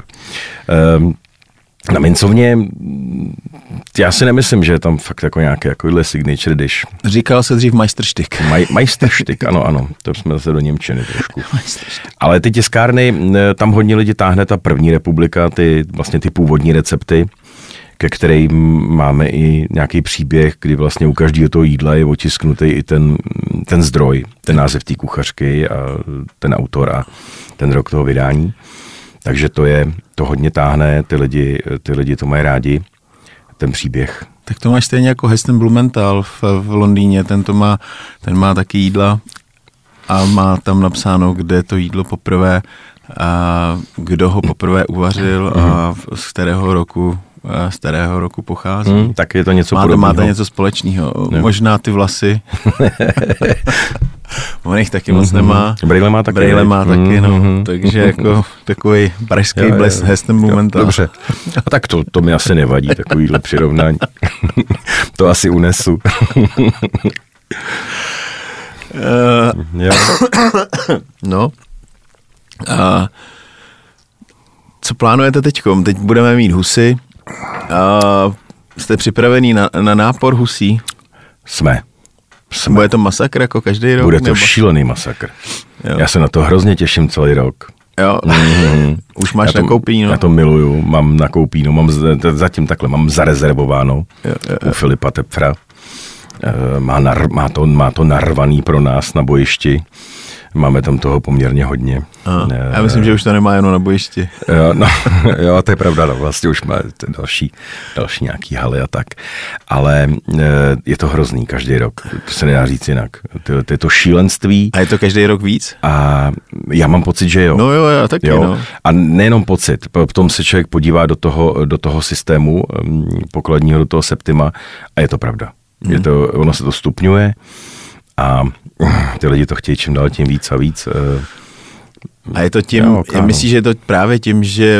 Speaker 4: Na mincovně, já si nemyslím, že je tam fakt jako nějaké takovýhle signature dish.
Speaker 3: Říkal se dřív Meisterstück.
Speaker 4: Meisterstück, ano, to jsme se do němčiny trošku. Ale ty tiskárny, tam hodně lidi táhne ta první republika, vlastně ty původní recepty, ke kterým máme i nějaký příběh, kdy vlastně u každého toho jídla je otisknutý i ten zdroj, ten název té kuchařky a ten autor a ten rok toho vydání. Takže to hodně táhne, ty lidi to mají rádi, ten příběh.
Speaker 3: Tak to máš stejně jako Heston Blumenthal v Londýně, ten má taky jídla a má tam napsáno, kde to jídlo poprvé a kdo ho poprvé uvařil a z kterého roku pochází.
Speaker 4: Tak je to něco podobného.
Speaker 3: Máte něco společného. No. Možná ty vlasy. On jich taky moc nemá.
Speaker 4: Brejle má taky.
Speaker 3: No. Takže jako takový pražský blesk Heston Blumenthal.
Speaker 4: Dobře. A tak to mi asi nevadí, takovýhle přirovnání. To asi unesu.
Speaker 3: No. Co plánujete teďkom? Teď budeme mít husy. Jste připravení na nápor husí?
Speaker 4: Jsme.
Speaker 3: Bude to masakr jako každý rok?
Speaker 4: Bude to šílený masakr. Jo. Já se na to hrozně těším celý rok.
Speaker 3: Jo. Už máš na Koupíno?
Speaker 4: Já to miluju, mám na Koupíno, zatím takhle, mám zarezervováno u Filipa Tepfra. Má to narvaný pro nás na bojišti. Máme tam toho poměrně hodně.
Speaker 3: Já myslím, že už to nemá jenom na bojišti.
Speaker 4: Jo, to je pravda, no, vlastně už má další nějaký haly a tak. Ale je to hrozný každý rok, to se nedá říct jinak. To je to šílenství.
Speaker 3: A je to každý rok víc?
Speaker 4: A já mám pocit, že jo.
Speaker 3: No jo, já taky, jo. No.
Speaker 4: A nejenom pocit, potom se člověk podívá do toho systému pokladního, do toho Septima a je to pravda. Ono se to stupňuje a ty lidi to chtějí čím dál tím víc a víc.
Speaker 3: A je to tím, myslíš, že je to právě tím,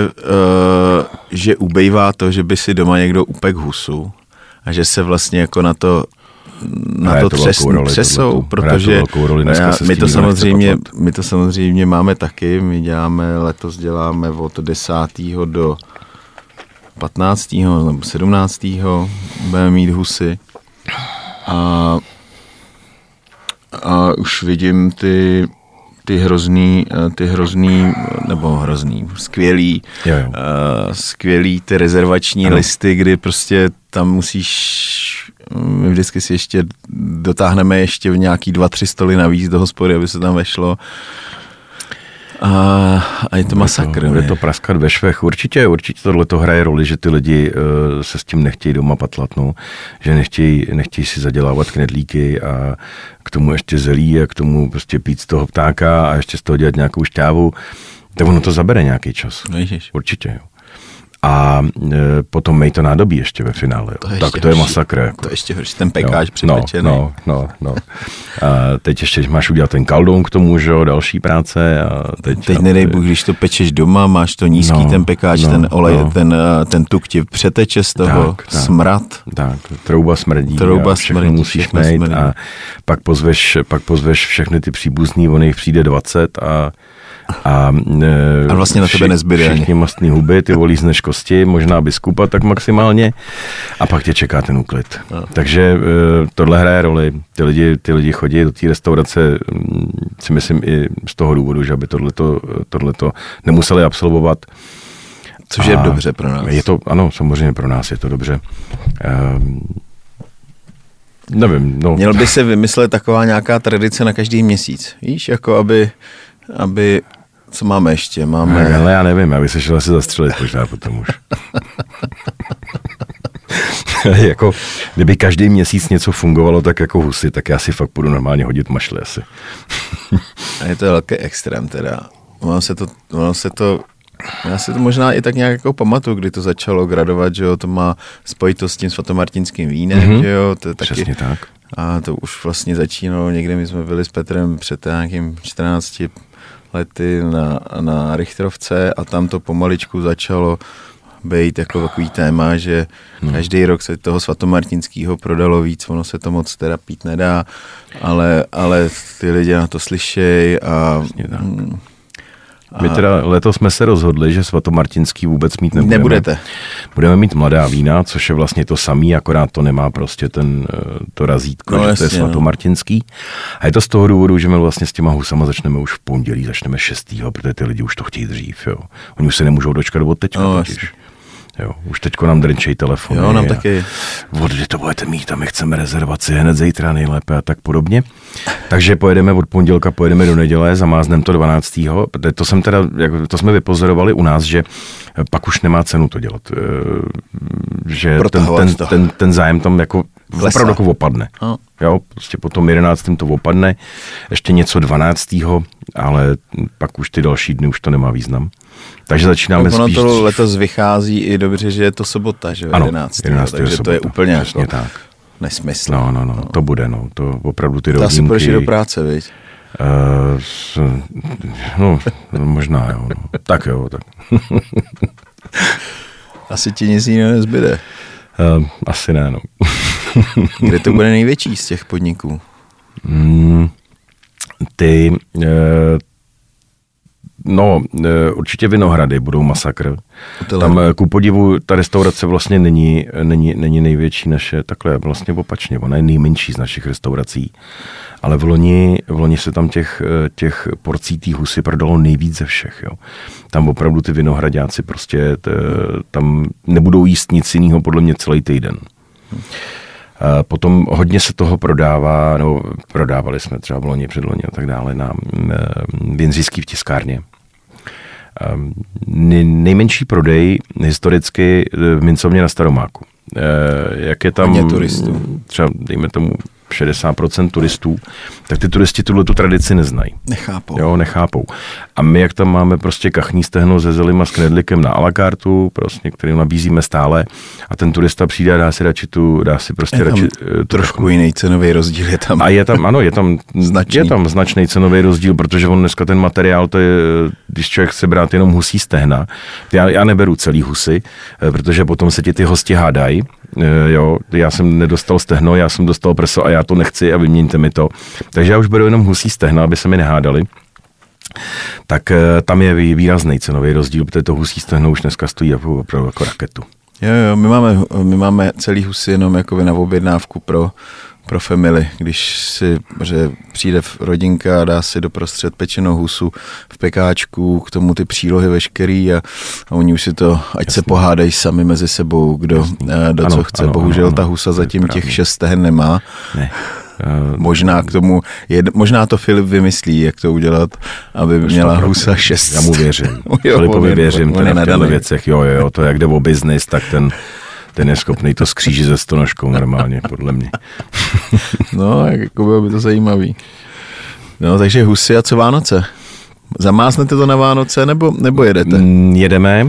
Speaker 3: že ubejvá to, že by si doma někdo upek husu a že se vlastně jako na to přesou, protože my to samozřejmě máme taky, letos děláme od 10. do 15. nebo 17. budeme mít husy a už vidím ty hrozný, nebo skvělý ty rezervační listy, kdy prostě tam my vždycky si ještě dotáhneme ještě v nějaký 2-3 stoly navíc do hospody, aby se tam vešlo. A je to masakr.
Speaker 4: Bude to praskat ve švech. Určitě tohle to hraje roli, že ty lidi se s tím nechtějí doma patlatnout, že nechtějí si zadělávat knedlíky a k tomu ještě zelí a k tomu prostě pít z toho ptáka a ještě z toho dělat nějakou šťávu. Tak ono to zabere nějaký čas.
Speaker 3: Ježiš.
Speaker 4: Určitě, jo. A potom mej to nádobí ještě ve finále. To je masakr. Jako.
Speaker 3: To ještě horší, ten pekáč připečený.
Speaker 4: No. A teď ještě máš udělat ten kaldoun k tomu, že jo, další práce. A
Speaker 3: teď nedej Bůh, když to pečeš doma, máš to nízký ten pekáč, ten olej, ten tuk ti přeteče z toho, smrad.
Speaker 4: Tak, trouba smrdí. Všechno musíš mít a pak pozveš všechny ty příbuzný, on jich přijde 20 a
Speaker 3: vlastně na tebe nezbyde.
Speaker 4: Všichni mastný huby, ty volízneš kosti, možná biskupa tak maximálně a pak tě čeká ten úklid. Takže tohle hraje roli. Ty lidi chodí do té restaurace, si myslím i z toho důvodu, že aby tohleto nemuseli absolvovat.
Speaker 3: Což je dobře pro nás.
Speaker 4: Ano, samozřejmě pro nás je to dobře. Nevím.
Speaker 3: Měl by se vymyslet taková nějaká tradice na každý měsíc. Víš, jako aby co máme ještě?
Speaker 4: Ale já nevím, já bych se šel asi zastřelit možná potom už. Jako, kdyby každý měsíc něco fungovalo tak jako husy, tak já si fakt budu normálně hodit mašly asi.
Speaker 3: A je to velký extrém teda. Ono se to já si to možná i tak nějak jako pamatuju, kdy to začalo gradovat, že jo, to má spojitost s tím svatomartinským vínem, že jo, to je taky.
Speaker 4: Přesně tak.
Speaker 3: A to už vlastně začínalo někde, my jsme byli s Petrem před nějakým 14 lety na Richterovce a tam to pomaličku začalo být jako takový téma, že každý rok se toho svatomartinského prodalo víc, ono se to moc teda pít nedá, ale ty lidi na to slyšejí a
Speaker 4: my teda letos jsme se rozhodli, že svatomartinský vůbec mít nebudeme.
Speaker 3: Nebudete.
Speaker 4: Budeme mít mladá vína, což je vlastně to samý, akorát to nemá prostě to razítko, že jasně, to je svatomartinský. A je to z toho důvodu, že my vlastně s těma husama začneme už v pondělí, začneme 6. protože ty lidi už to chtějí dřív. Jo. Oni už se nemůžou dočkat od teďka. Jo, už teďko nám drenčej telefony.
Speaker 3: Jo, nám taky.
Speaker 4: Od kdy to budete mít a my chceme rezervaci hned zítra nejlépe a tak podobně. Takže pojedeme od pondělka, pojedeme do neděle, zamázneme to 12. To jsme vypozorovali u nás, že pak už nemá cenu to dělat. Že ten zájem tam jako opravdu jako opadne. Jo, prostě po tom 11. to opadne, ještě něco 12. ale pak už ty další dny už to nemá význam. Takže začínáme
Speaker 3: spíš. Ono to letos vychází i dobře, že je to sobota, že 11. Takže to je úplně jako nesmysl.
Speaker 4: No, to bude, to opravdu ty rodinky.
Speaker 3: Dá si proč do práce, viď?
Speaker 4: Možná, jo. Tak jo, tak.
Speaker 3: Asi ti nic jiného nezbyde.
Speaker 4: Asi ne, no.
Speaker 3: Kde to bude největší z těch podniků?
Speaker 4: Určitě Vinohrady budou masakr. Tam ku podivu ta restaurace vlastně není největší naše, takhle vlastně opačně, ona je nejmenší z našich restaurací. Ale v loni se tam těch porcí té husy prodalo nejvíc ze všech. Jo. Tam opravdu ty vinohraďáci prostě tam nebudou jíst nic jiného podle mě celý týden. Potom hodně se toho prodává, nebo prodávali jsme třeba v loni, předloni a tak dále v Jindřišské v tiskárně. Nejmenší prodej historicky v mincovně na Staromáku. Jak je tam třeba, dejme tomu, 60% turistů, tak ty turisti tuhletu tradici neznají. Nechápou. A my, jak tam máme prostě kachní stehno se zelim a s knedlíkem na à la carte, prostě, který nabízíme stále, a ten turista přijde a dá si
Speaker 3: trošku jiný cenový rozdíl je tam.
Speaker 4: A je tam značný cenový rozdíl, protože on dneska ten materiál, to je, když člověk chce brát jenom husí stehna, já neberu celý husy, protože potom se ti ty hosti hádají. Já jsem nedostal stehno, já jsem dostal prso a já to nechci a vyměňte mi to. Takže já už beru jenom husí stehna, aby se mi nehádali. Tak tam je výrazný cenový rozdíl, protože to husí stehno už dneska stojí opravdu jako raketu.
Speaker 3: Jo, my máme celý husy jenom jako na objednávku pro family, když přijde rodinka a dá si doprostřed pečenou husu v pekáčku, k tomu ty přílohy veškerý a oni už si to, ať se pohádají sami mezi sebou, kdo co chce. Bohužel ta husa zatím těch 6 stehen nemá. Ne. Možná to Filip vymyslí, jak to udělat, aby měla husa 6.
Speaker 4: Já mu věřím. Filipovi věřím v těchto věcech. Jo, to jak jde o biznis, tak ten je schopný to skřížit ze stonožkou normálně, podle mě.
Speaker 3: No, jako bylo by to zajímavý. No, takže husy a co Vánoce? Zamáznete to na Vánoce nebo jedete?
Speaker 4: Jedeme.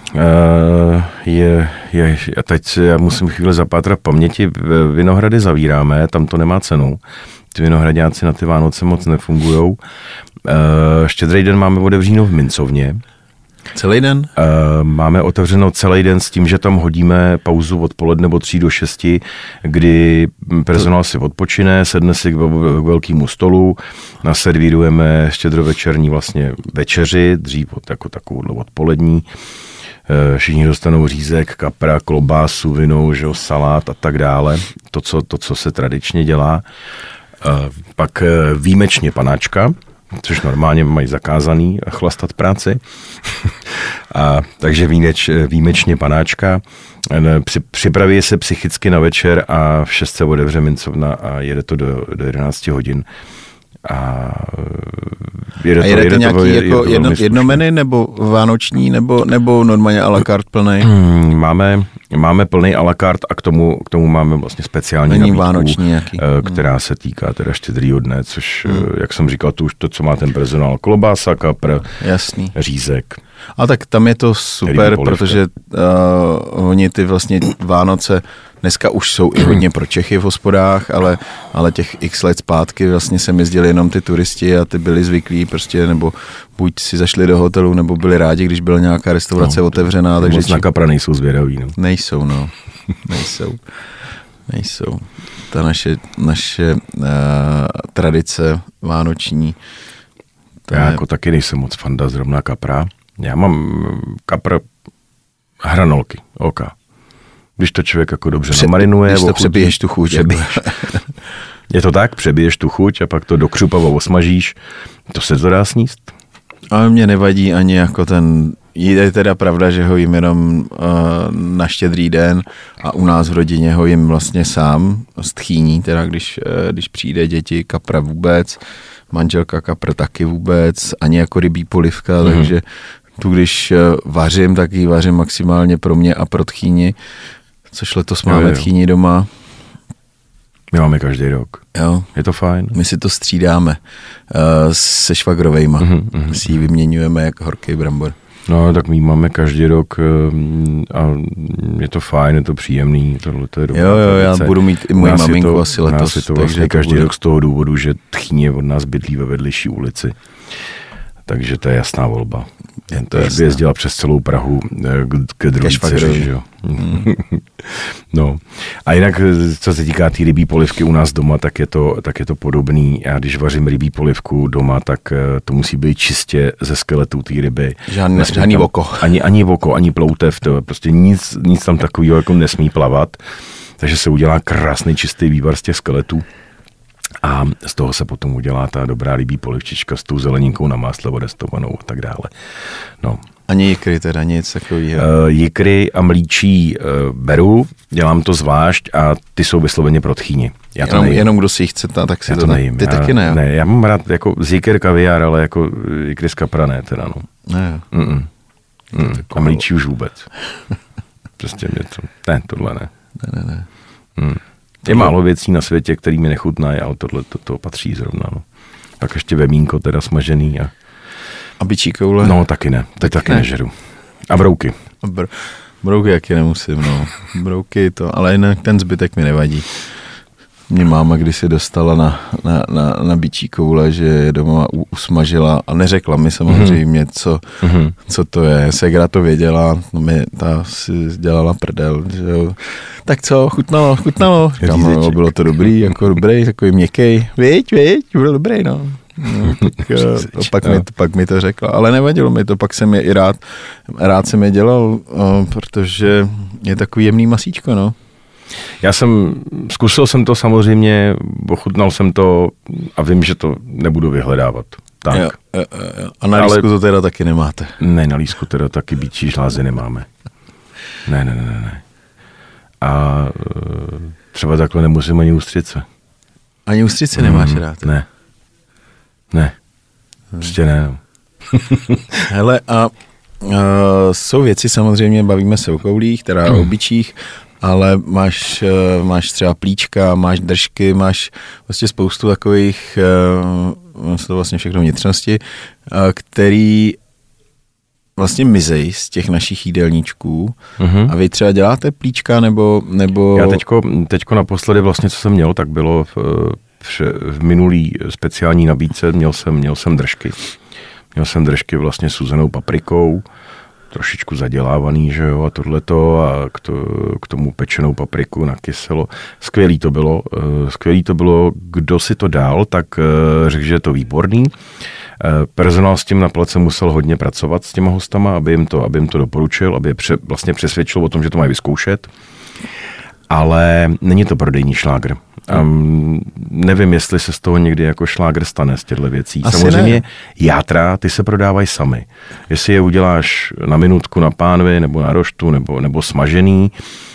Speaker 4: A teď já musím chvíli zapátrat v paměti. Vinohrady zavíráme, tam to nemá cenu. Ty vinohradáci na ty Vánoce moc nefungujou. Štědrý den máme otevřeno v mincovně.
Speaker 3: Celý den?
Speaker 4: Máme otevřeno celý den s tím, že tam hodíme pauzu odpoledne od 3 do 6, kdy personál si odpočine, sedne si k velkému stolu, naservírujeme štědrovečerní vlastně večeři, dřív jako takovou odpolední. Všichni dostanou řízek, kapra, klobásu, vinu, salát a tak dále. To, co se tradičně dělá. Pak výjimečně panáčka, což normálně mají zakázaný chlastat práci. Takže výjimečně panáčka. Připraví se psychicky na večer a v 6 se otevře mincovna a jede to do 11 hodin. A
Speaker 3: jedete nějaký jako jedno menu, nebo vánoční, nebo normálně à la carte plnej?
Speaker 4: Máme plnej à la carte a k tomu máme vlastně speciální nabídku, která se týká teda Štědrýho dne, což, jak jsem říkal, to, co má ten personál, klobása, kapr, řízek.
Speaker 3: A tak tam je to super, protože oni ty vlastně Vánoce dneska už jsou i hodně pro Čechy v hospodách, ale těch x let zpátky vlastně sem jezdili jenom ty turisti a ty byli zvyklí prostě, nebo buď si zašli do hotelu, nebo byli rádi, když byla nějaká restaurace otevřená. Takže
Speaker 4: moc na kapra nejsou zvědaví. No.
Speaker 3: Nejsou. Ta naše tradice vánoční.
Speaker 4: Já jako taky nejsem moc fanda zrovna kapra. Já mám kapr hranolky, Když to člověk jako dobře namarinuje.
Speaker 3: Když to přebiješ tu chuť.
Speaker 4: Je to tak, přebiješ tu chuť a pak to do křupavo osmažíš. To se to dá sníst.
Speaker 3: Ale mě nevadí ani jako je teda pravda, že ho jim jenom na Štědrý den a u nás v rodině ho jim vlastně sám z tchýní, teda když přijde děti, kapra vůbec, manželka kapr taky vůbec, ani jako rybí polivka, takže tu když vařím, tak ji vařím maximálně pro mě a pro tchýni, což letos máme tchýni doma.
Speaker 4: My máme každý rok.
Speaker 3: Jo.
Speaker 4: Je to fajn.
Speaker 3: My si to střídáme se švagrovejma. Si ji vyměňujeme jak horký brambor.
Speaker 4: No, tak my máme každý rok a je to fajn, je to příjemný. Tohle to je dobrá
Speaker 3: já budu mít i moji maminku asi letos.
Speaker 4: Nás je to vlastně každý rok z toho důvodu, že tchýně od nás bydlí ve vedlejší ulici. Takže to je jasná volba. To by jezdila přes celou Prahu k druhé dceři, že jo. No. A jinak, co se týká té rybí polivky u nás doma, tak je to podobný. Já když vařím rybí polivku doma, tak to musí být čistě ze skeletu té ryby.
Speaker 3: Žádný oko.
Speaker 4: Ani oko, ani ploutev, to prostě nic tam takového jako nesmí plavat. Takže se udělá krásný čistý vývar z těch skeletů. A z toho se potom udělá ta dobrá rybí polivčička s tou zeleninkou na másle odestovanou a tak dále. No.
Speaker 3: Ani jikry teda, nic takového.
Speaker 4: Jikry a mlíčí beru, dělám to zvlášť a ty jsou vysloveně pro tchýni.
Speaker 3: Jenom kdo si jich chce, tak si
Speaker 4: já
Speaker 3: to
Speaker 4: nejím.
Speaker 3: Ty taky ne, jo?
Speaker 4: Ne, já mám rád jako z jiker kaviár, ale jako jikry z kapra ne teda, no.
Speaker 3: Ne.
Speaker 4: A mlíčí už vůbec. Prostě mě to, ne, tohle ne.
Speaker 3: Ne.
Speaker 4: Je málo věcí na světě, který mi nechutnají, ale tohle to patří zrovna, no. Tak ještě vemínko teda smažený
Speaker 3: a bičí koule?
Speaker 4: No, taky ne, taky nežeru. A brouky.
Speaker 3: Brouky jaký nemusím, no. Brouky to, ale jinak ten zbytek mi nevadí. Mě máma kdysi dostala na bičí koule, že je doma usmažila a neřekla mi samozřejmě, co to je. Segra to věděla, ta si dělala prdel, že jo. Tak co, chutnalo. Říkám, no, bylo to dobrý, jako dobrý, takový měkkej. Viď, bylo dobrý, no. Pak mi to řekla, ale nevadilo mi to, pak jsem je i rád jsem je dělal, protože je takový jemný masíčko, no.
Speaker 4: Zkusil jsem to samozřejmě, ochutnal jsem to a vím, že to nebudu vyhledávat. Tak.
Speaker 3: Jo. A na lístku to teda taky nemáte?
Speaker 4: Ne, na lístku teda taky bičí žlázy nemáme. Ne. A třeba takhle nemusím ani ústřice.
Speaker 3: Ani ústřice nemáš rád?
Speaker 4: Ne. Prostě ne. No.
Speaker 3: Hele, a jsou věci, samozřejmě bavíme se o koulích, teda o bičích, ale máš třeba plíčka, máš držky, máš vlastně spoustu takových, to vlastně všechno vnitřnosti, který vlastně mizejí z těch našich jídelníčků. A vy třeba děláte plíčka nebo...
Speaker 4: Já teďko naposledy vlastně, co jsem měl, tak bylo v minulý speciální nabídce, měl jsem držky. Měl jsem držky vlastně s uzenou paprikou, trošičku zadělávaný, že jo, a tohleto a k tomu pečenou papriku na kyselo. Skvělý to bylo, kdo si to dal, tak řekl, že je to výborný. Personál s tím na place musel hodně pracovat s těma hostama, aby jim to doporučil, aby je vlastně přesvědčil o tom, že to mají vyzkoušet. Ale není to prodejní šlágr. Nevím, jestli se z toho někdy jako šlágr stane z těchto věcí.
Speaker 3: Asi
Speaker 4: samozřejmě
Speaker 3: ne.
Speaker 4: játra, ty se prodávají sami. Jestli je uděláš na minutku na pánvi nebo na roštu nebo smažený,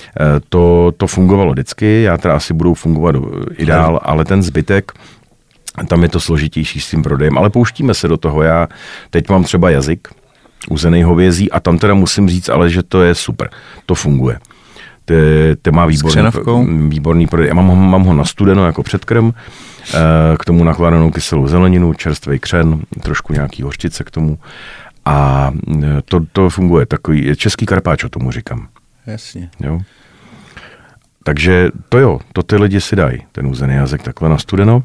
Speaker 4: to fungovalo vždycky. Játra asi budou fungovat i dál, ale ten zbytek, tam je to složitější s tím prodejem. Ale pouštíme se do toho. Já teď mám třeba jazyk uzenej hovězí a tam teda musím říct, ale že to je super. To funguje. To má výborný prodej. Já mám ho na studeno jako předkrm, k tomu nakládanou kyselou zeleninu, čerstvý křen, trošku nějaký hořčice k tomu a to funguje. Takový český karpáčo tomu říkám.
Speaker 3: Jasně.
Speaker 4: Jo. Takže to ty lidi si dají, ten uzený jazyk takhle na studeno.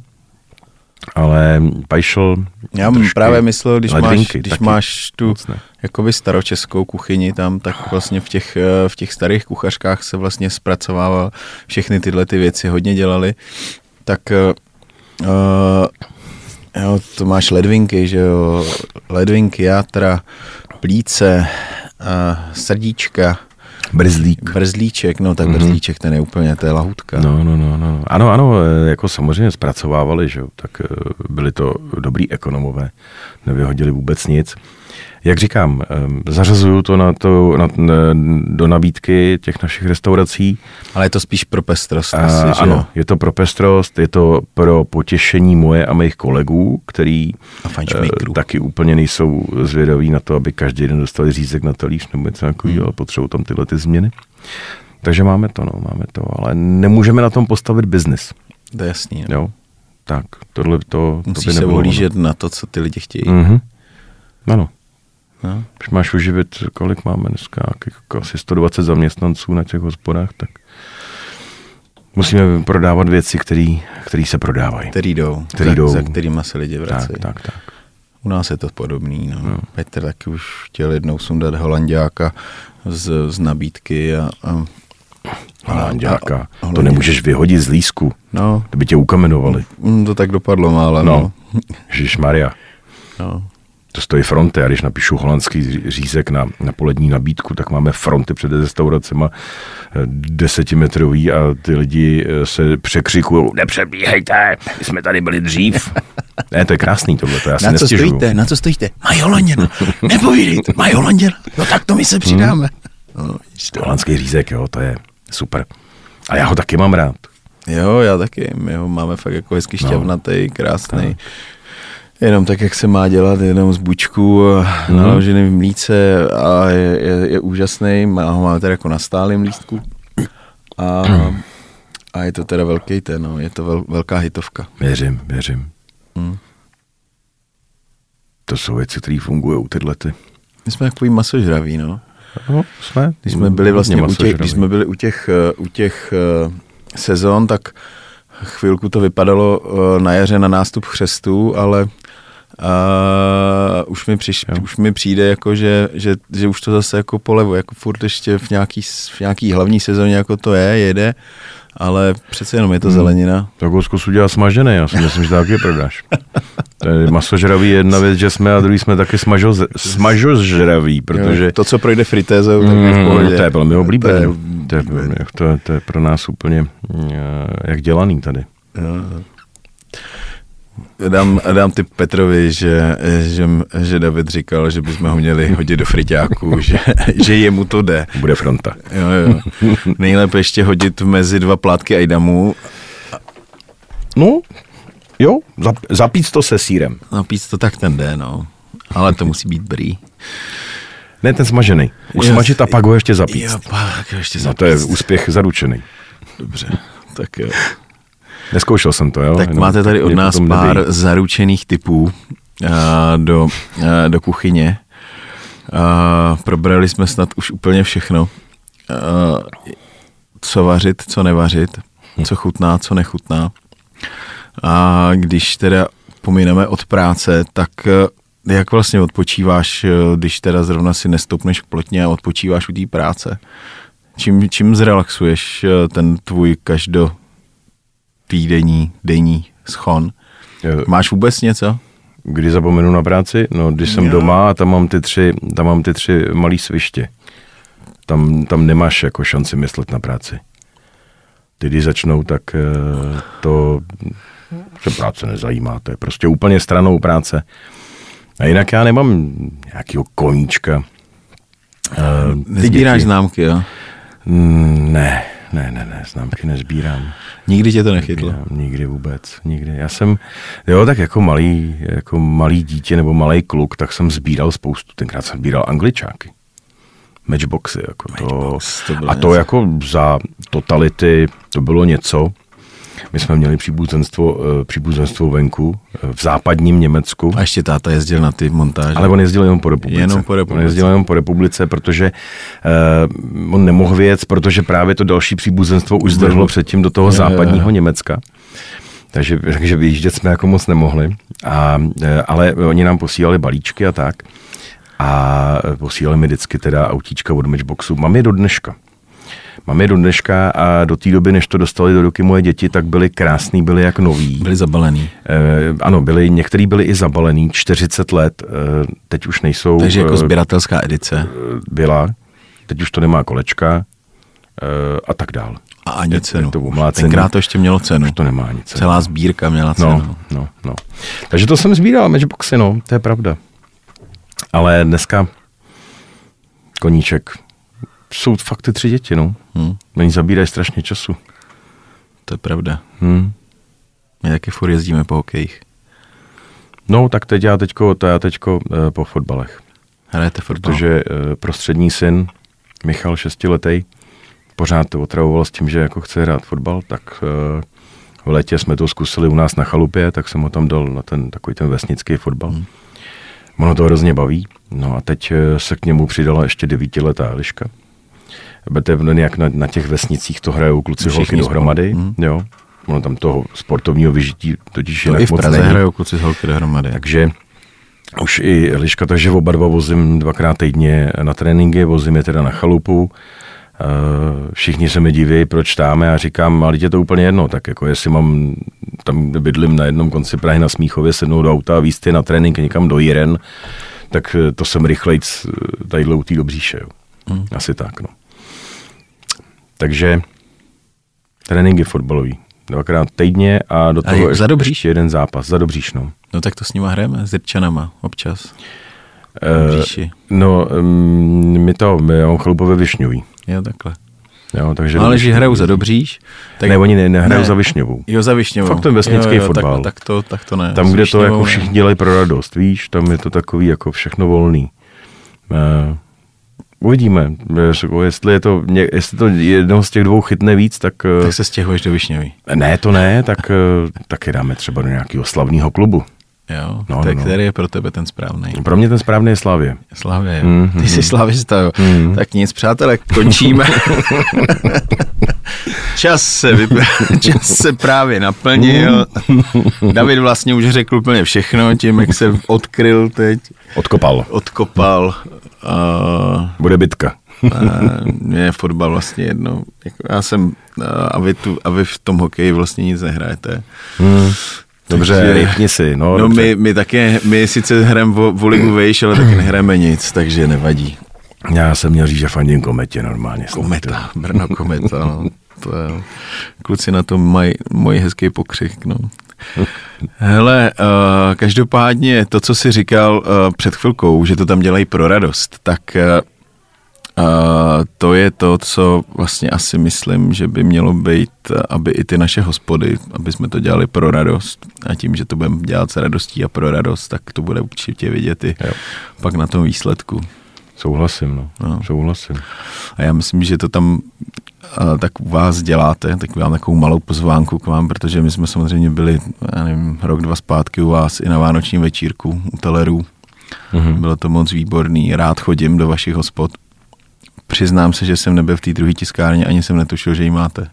Speaker 4: Ale pajšel...
Speaker 3: Já právě myslel, když máš tu jakoby staročeskou kuchyni tam, tak vlastně v těch starých kuchařkách se vlastně zpracovával všechny tyhle ty věci, hodně dělali, tak jo, to máš ledvinky, že jo, ledvinky, játra, plíce, srdíčka, Brzlíček, no tak brzlíček, ten je úplně, to je lahůdka.
Speaker 4: No. Ano, jako samozřejmě zpracovávali, že jo, tak byli to dobrý ekonomové, nevyhodili vůbec nic. Jak říkám, zařazuju to do nabídky těch našich restaurací.
Speaker 3: Ale je to spíš pro pestrost.
Speaker 4: Ano, je to pro pestrost, je to pro potěšení moje a mých kolegů, který taky úplně nejsou zvědaví na to, aby každý den dostali řízek na talíř nebo něco takového, ale potřebují tam tyhle ty změny. Takže máme to, ale nemůžeme na tom postavit biznis.
Speaker 3: To je jasný.
Speaker 4: Jo, tak, tohle to
Speaker 3: musí se ohlížet na to, co ty lidi chtějí.
Speaker 4: Ano. No. Když máš uživit, kolik máme dneska, asi 120 zaměstnanců na těch hospodách, tak musíme prodávat věci, které se prodávají.
Speaker 3: Který jdou. Za kterýma se lidi vracejí.
Speaker 4: Tak.
Speaker 3: U nás je to podobný. No. Petr taky už chtěl jednou sundat holanďáka z nabídky
Speaker 4: holanďáka. To nemůžeš vyhodit z lísku.
Speaker 3: No.
Speaker 4: To by tě ukamenovali.
Speaker 3: To tak dopadlo málo.
Speaker 4: No. Ježišmarja.
Speaker 3: No.
Speaker 4: To stojí fronty. A když napíšu holandský řízek na polední nabídku, tak máme fronty před restauracema 10metrový a ty lidi se překřikují, nepřebíhejte, my jsme tady byli dřív. Ne, to je krásný tohle, to já si nestěžuju.
Speaker 3: Na co stojíte? Mají Holanděna. Nepovídejte, mají Holanděna. No tak to my se přidáme. No,
Speaker 4: holandský řízek, jo, to je super. A já ho taky mám rád.
Speaker 3: Jo, já taky. My ho máme fakt jako hezky šťavnatý, krásný. Tak. Jenom tak, jak se má dělat, jenom z bučku naložený v mlíce a je úžasný. Ho máme teda jako na stálém lístku. A je to teda velký no, je to velká hitovka.
Speaker 4: Věřím. To jsou věci, které fungují, tyhle ty.
Speaker 3: My jsme takový masožraví, no.
Speaker 4: No, jsme.
Speaker 3: Když jsme byli vlastně u těch sezon, tak chvilku to vypadalo na jaře na nástup chřestů, ale už mi přijde jako, že už to zase jako polevo, jako furt ještě v nějaký hlavní sezóně jako to jede, ale přece jenom je to zelenina.
Speaker 4: Tak ho zkus udělat smažený, já si myslím, že taky prodáš. Masožraví je jedna věc, že jsme, a druhý jsme taky smažožraví, protože...
Speaker 3: To, co projde fritézou, tak je v pohodě.
Speaker 4: To je velmi oblíbené. To je pro nás úplně jak dělaný tady.
Speaker 3: Dám tip Petrovi, že David říkal, že bychom ho měli hodit do friťáku, že jemu to jde.
Speaker 4: Bude fronta.
Speaker 3: Jo. Nejlépe ještě hodit mezi 2 plátky ajdamu.
Speaker 4: No, jo, zapít to se sýrem.
Speaker 3: Zapít to tak ten jde, no. Ale to musí být brý.
Speaker 4: Ne, ten smažený. Usmažit a pak ho ještě zapít.
Speaker 3: Jo, pak ho ještě zapít.
Speaker 4: No to je úspěch zaručený.
Speaker 3: Dobře, tak jo.
Speaker 4: Neskoušel jsem to, jo.
Speaker 3: Tak
Speaker 4: jenom
Speaker 3: máte tady od nás pár zaručených typů do kuchyně. Probrali jsme snad už úplně všechno. Co vařit, co nevařit, co chutná, co nechutná. A když teda pomineme od práce, tak jak vlastně odpočíváš, když teda zrovna si nestoupneš k plotně a odpočíváš u té práce? Čím zrelaxuješ ten tvůj denní schon? Máš vůbec něco?
Speaker 4: Kdy zapomenu na práci? No, když jsem doma a tam mám ty tři malý sviště. Tam nemáš jako šanci myslet na práci. Ty, když začnou, tak to se práce nezajímá. To je prostě úplně stranou práce. A jinak já nemám nějakýho koníčka.
Speaker 3: Nezbíráš známky, jo?
Speaker 4: Ne, známky nezbírám.
Speaker 3: Nikdy tě to nechytlo?
Speaker 4: Nikdy vůbec, nikdy. Já jsem, tak jako malý dítě nebo malý kluk, tak jsem sbíral spoustu. Tenkrát jsem sbíral Angličáky. Matchboxy. A to jako za totality to bylo něco. My jsme měli příbuzenstvo venku v západním Německu.
Speaker 3: A ještě táta jezdil na ty montáže.
Speaker 4: Ale on jezdil jenom po republice. Protože on nemohl věc, protože právě to další příbuzenstvo už zdrhlo předtím do toho západního Německa. Takže vyjíždět jsme jako moc nemohli. Ale oni nám posílali balíčky a tak. A posílali mi vždycky teda autíčka od Matchboxu. Mám je do dneška a do té doby, než to dostali do ruky moje děti, tak byly krásný, byly jak noví.
Speaker 3: Byly zabalený.
Speaker 4: Ano, některý byly i zabalený, 40 let, teď už nejsou.
Speaker 3: Takže jako sběratelská edice.
Speaker 4: Byla, teď už to nemá kolečka a tak dál.
Speaker 3: A ani cenu. Tenkrát to ještě mělo cenu.
Speaker 4: Už to nemá ani cenu.
Speaker 3: Celá sbírka měla cenu.
Speaker 4: No. Takže to jsem sbíral, Matchboxy, to je pravda. Ale dneska koníček. Jsou fakt ty 3 děti, Oni zabírají strašně času.
Speaker 3: To je pravda. My taky furt jezdíme po hokejích.
Speaker 4: No, tak já teďko po fotbalech.
Speaker 3: Hrajete fotbal?
Speaker 4: Protože prostřední syn, Michal, 6letý, pořád to otravoval s tím, že jako chce hrát fotbal, tak v létě jsme to zkusili u nás na chalupě, tak jsem ho tam dal na takový ten vesnický fotbal. Ono to hrozně baví. No a teď se k němu přidala ještě 9letá Eliška. Jak na těch vesnicích to hrajou kluci holky dohromady. Jo. Ono tam toho sportovního vyžití totiž jinak moc není.
Speaker 3: I v Praze hrajou kluci holky dohromady.
Speaker 4: Takže už i Eliška, takže oba dva vozím 2krát týdně na tréninky, vozím je teda na chalupu. Všichni se mi diví, proč tam, a říkám, ale je to úplně jedno, tak jako jestli mám tam, kde bydlím na jednom konci Prahy na Smíchově, sednout do auta a víc je na trénink někam do Jiren, tak to jsem rychlejc tadyhle u té do bříše. Jo. Asi tak, no. Takže tréninky fotbalový. 2krát týdně a do toho ještě jeden zápas. Za Dobříš, no.
Speaker 3: No tak to s nima hrajeme, s Jirčanama občas.
Speaker 4: My mám chalupu ve Višňový.
Speaker 3: Jo, takhle.
Speaker 4: Jo, takže
Speaker 3: ale že hrajou za Dobříš.
Speaker 4: Tak... Ne, oni nehrajou za Višňovou.
Speaker 3: Jo, za Višňovou.
Speaker 4: Fakt ten vesnický fotbal.
Speaker 3: Tak to ne.
Speaker 4: Tam, kde to jako všichni dělají pro radost, víš, tam je to takový jako všechno volný. Uvidíme, jestli to jednoho z těch dvou chytne víc, tak
Speaker 3: se stěhuješ do Višňový.
Speaker 4: Ne, to ne, tak je dáme třeba do nějakého slavného klubu.
Speaker 3: Jo, který je pro tebe ten správný?
Speaker 4: Pro mě ten správný je Slavie.
Speaker 3: Slavie, jo. Ty jsi slavista, jo. Tak nic, přátelé, končíme. Čas se právě naplnil. David vlastně už řekl úplně všechno, tím, jak se odkryl teď. Odkopal.
Speaker 4: Bude bitka.
Speaker 3: Mně je fotbal vlastně jedno. Já jsem, a vy v tom hokeji vlastně nic nehrajete.
Speaker 4: Dobře, rypni si.
Speaker 3: No my sice hrajeme o ligu vejš, ale taky nehrajeme nic, takže nevadí.
Speaker 4: Já jsem měl říct, že fandím Kometě normálně.
Speaker 3: Kometa, Brno Kometa, no. Kluci na tom mají hezký pokřik, no. Hele, každopádně to, co jsi říkal před chvilkou, že to tam dělají pro radost, tak to je to, co vlastně asi myslím, že by mělo být, aby i ty naše hospody, aby jsme to dělali pro radost, a tím, že to budeme dělat s radostí a pro radost, tak to bude určitě vidět i pak na tom výsledku.
Speaker 4: Souhlasím. Souhlasím.
Speaker 3: A já myslím, že to tam tak u vás děláte, tak mám takovou malou pozvánku k vám, protože my jsme samozřejmě byli, já nevím, rok, 2 zpátky u vás i na vánočním večírku u Telerů. Bylo to moc výborný, rád chodím do vašich hospod. Přiznám se, že jsem nebyl v té druhé tiskárně, ani jsem netušil, že ji máte.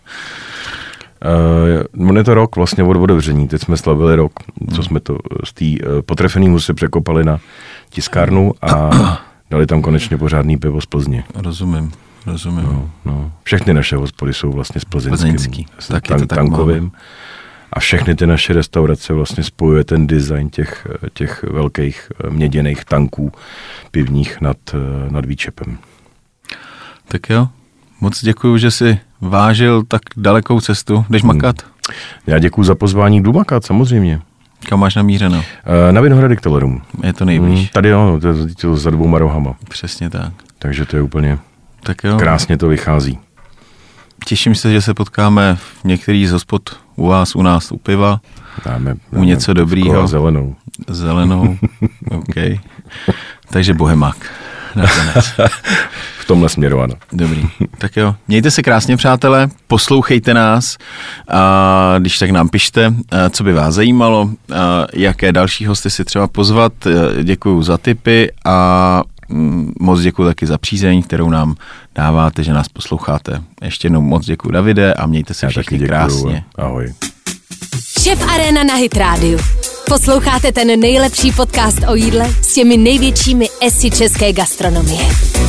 Speaker 4: Je to rok vlastně od otevření, teď jsme slavili rok, co jsme to z té potrefený husy překopali na tiskárnu a dali tam konečně pořádný pivo z Plzně.
Speaker 3: Rozumím.
Speaker 4: No. Všechny naše hospody jsou vlastně z Plzeňským. Tankovým. A všechny ty naše restaurace vlastně spojuje ten design těch velkých měděných tanků pivních nad výčepem.
Speaker 3: Tak jo, moc děkuju, že jsi vážil tak dalekou cestu. Jdeš makat?
Speaker 4: Já děkuju za pozvání, jdu makat, samozřejmě.
Speaker 3: Kam máš namířeno?
Speaker 4: Na Vinohrady k Telerům.
Speaker 3: Je to nejblíž.
Speaker 4: Tady jo, to je za 2 rohama.
Speaker 3: Přesně tak.
Speaker 4: Takže to je úplně
Speaker 3: tak jo.
Speaker 4: Krásně to vychází.
Speaker 3: Těším se, že se potkáme v některých z hospod u vás, u nás, u piva.
Speaker 4: Dáme
Speaker 3: u něco dobrýho. Zelenou, OK. Takže bohemák.
Speaker 4: V tomhle směru, ano.
Speaker 3: Dobrý. Tak jo. Mějte se krásně, přátelé, poslouchejte nás, a když tak nám pište, co by vás zajímalo, jaké další hosty si třeba pozvat. Děkuju za tipy a moc děkuju taky za přízeň, kterou nám dáváte, že nás posloucháte. Ještě jednou moc děkuju, Davide, a mějte se všichni krásně.
Speaker 4: Ahoj.
Speaker 2: Šéf Arena na Hit Radio. Posloucháte ten nejlepší podcast o jídle s těmi největšími esy české gastronomie.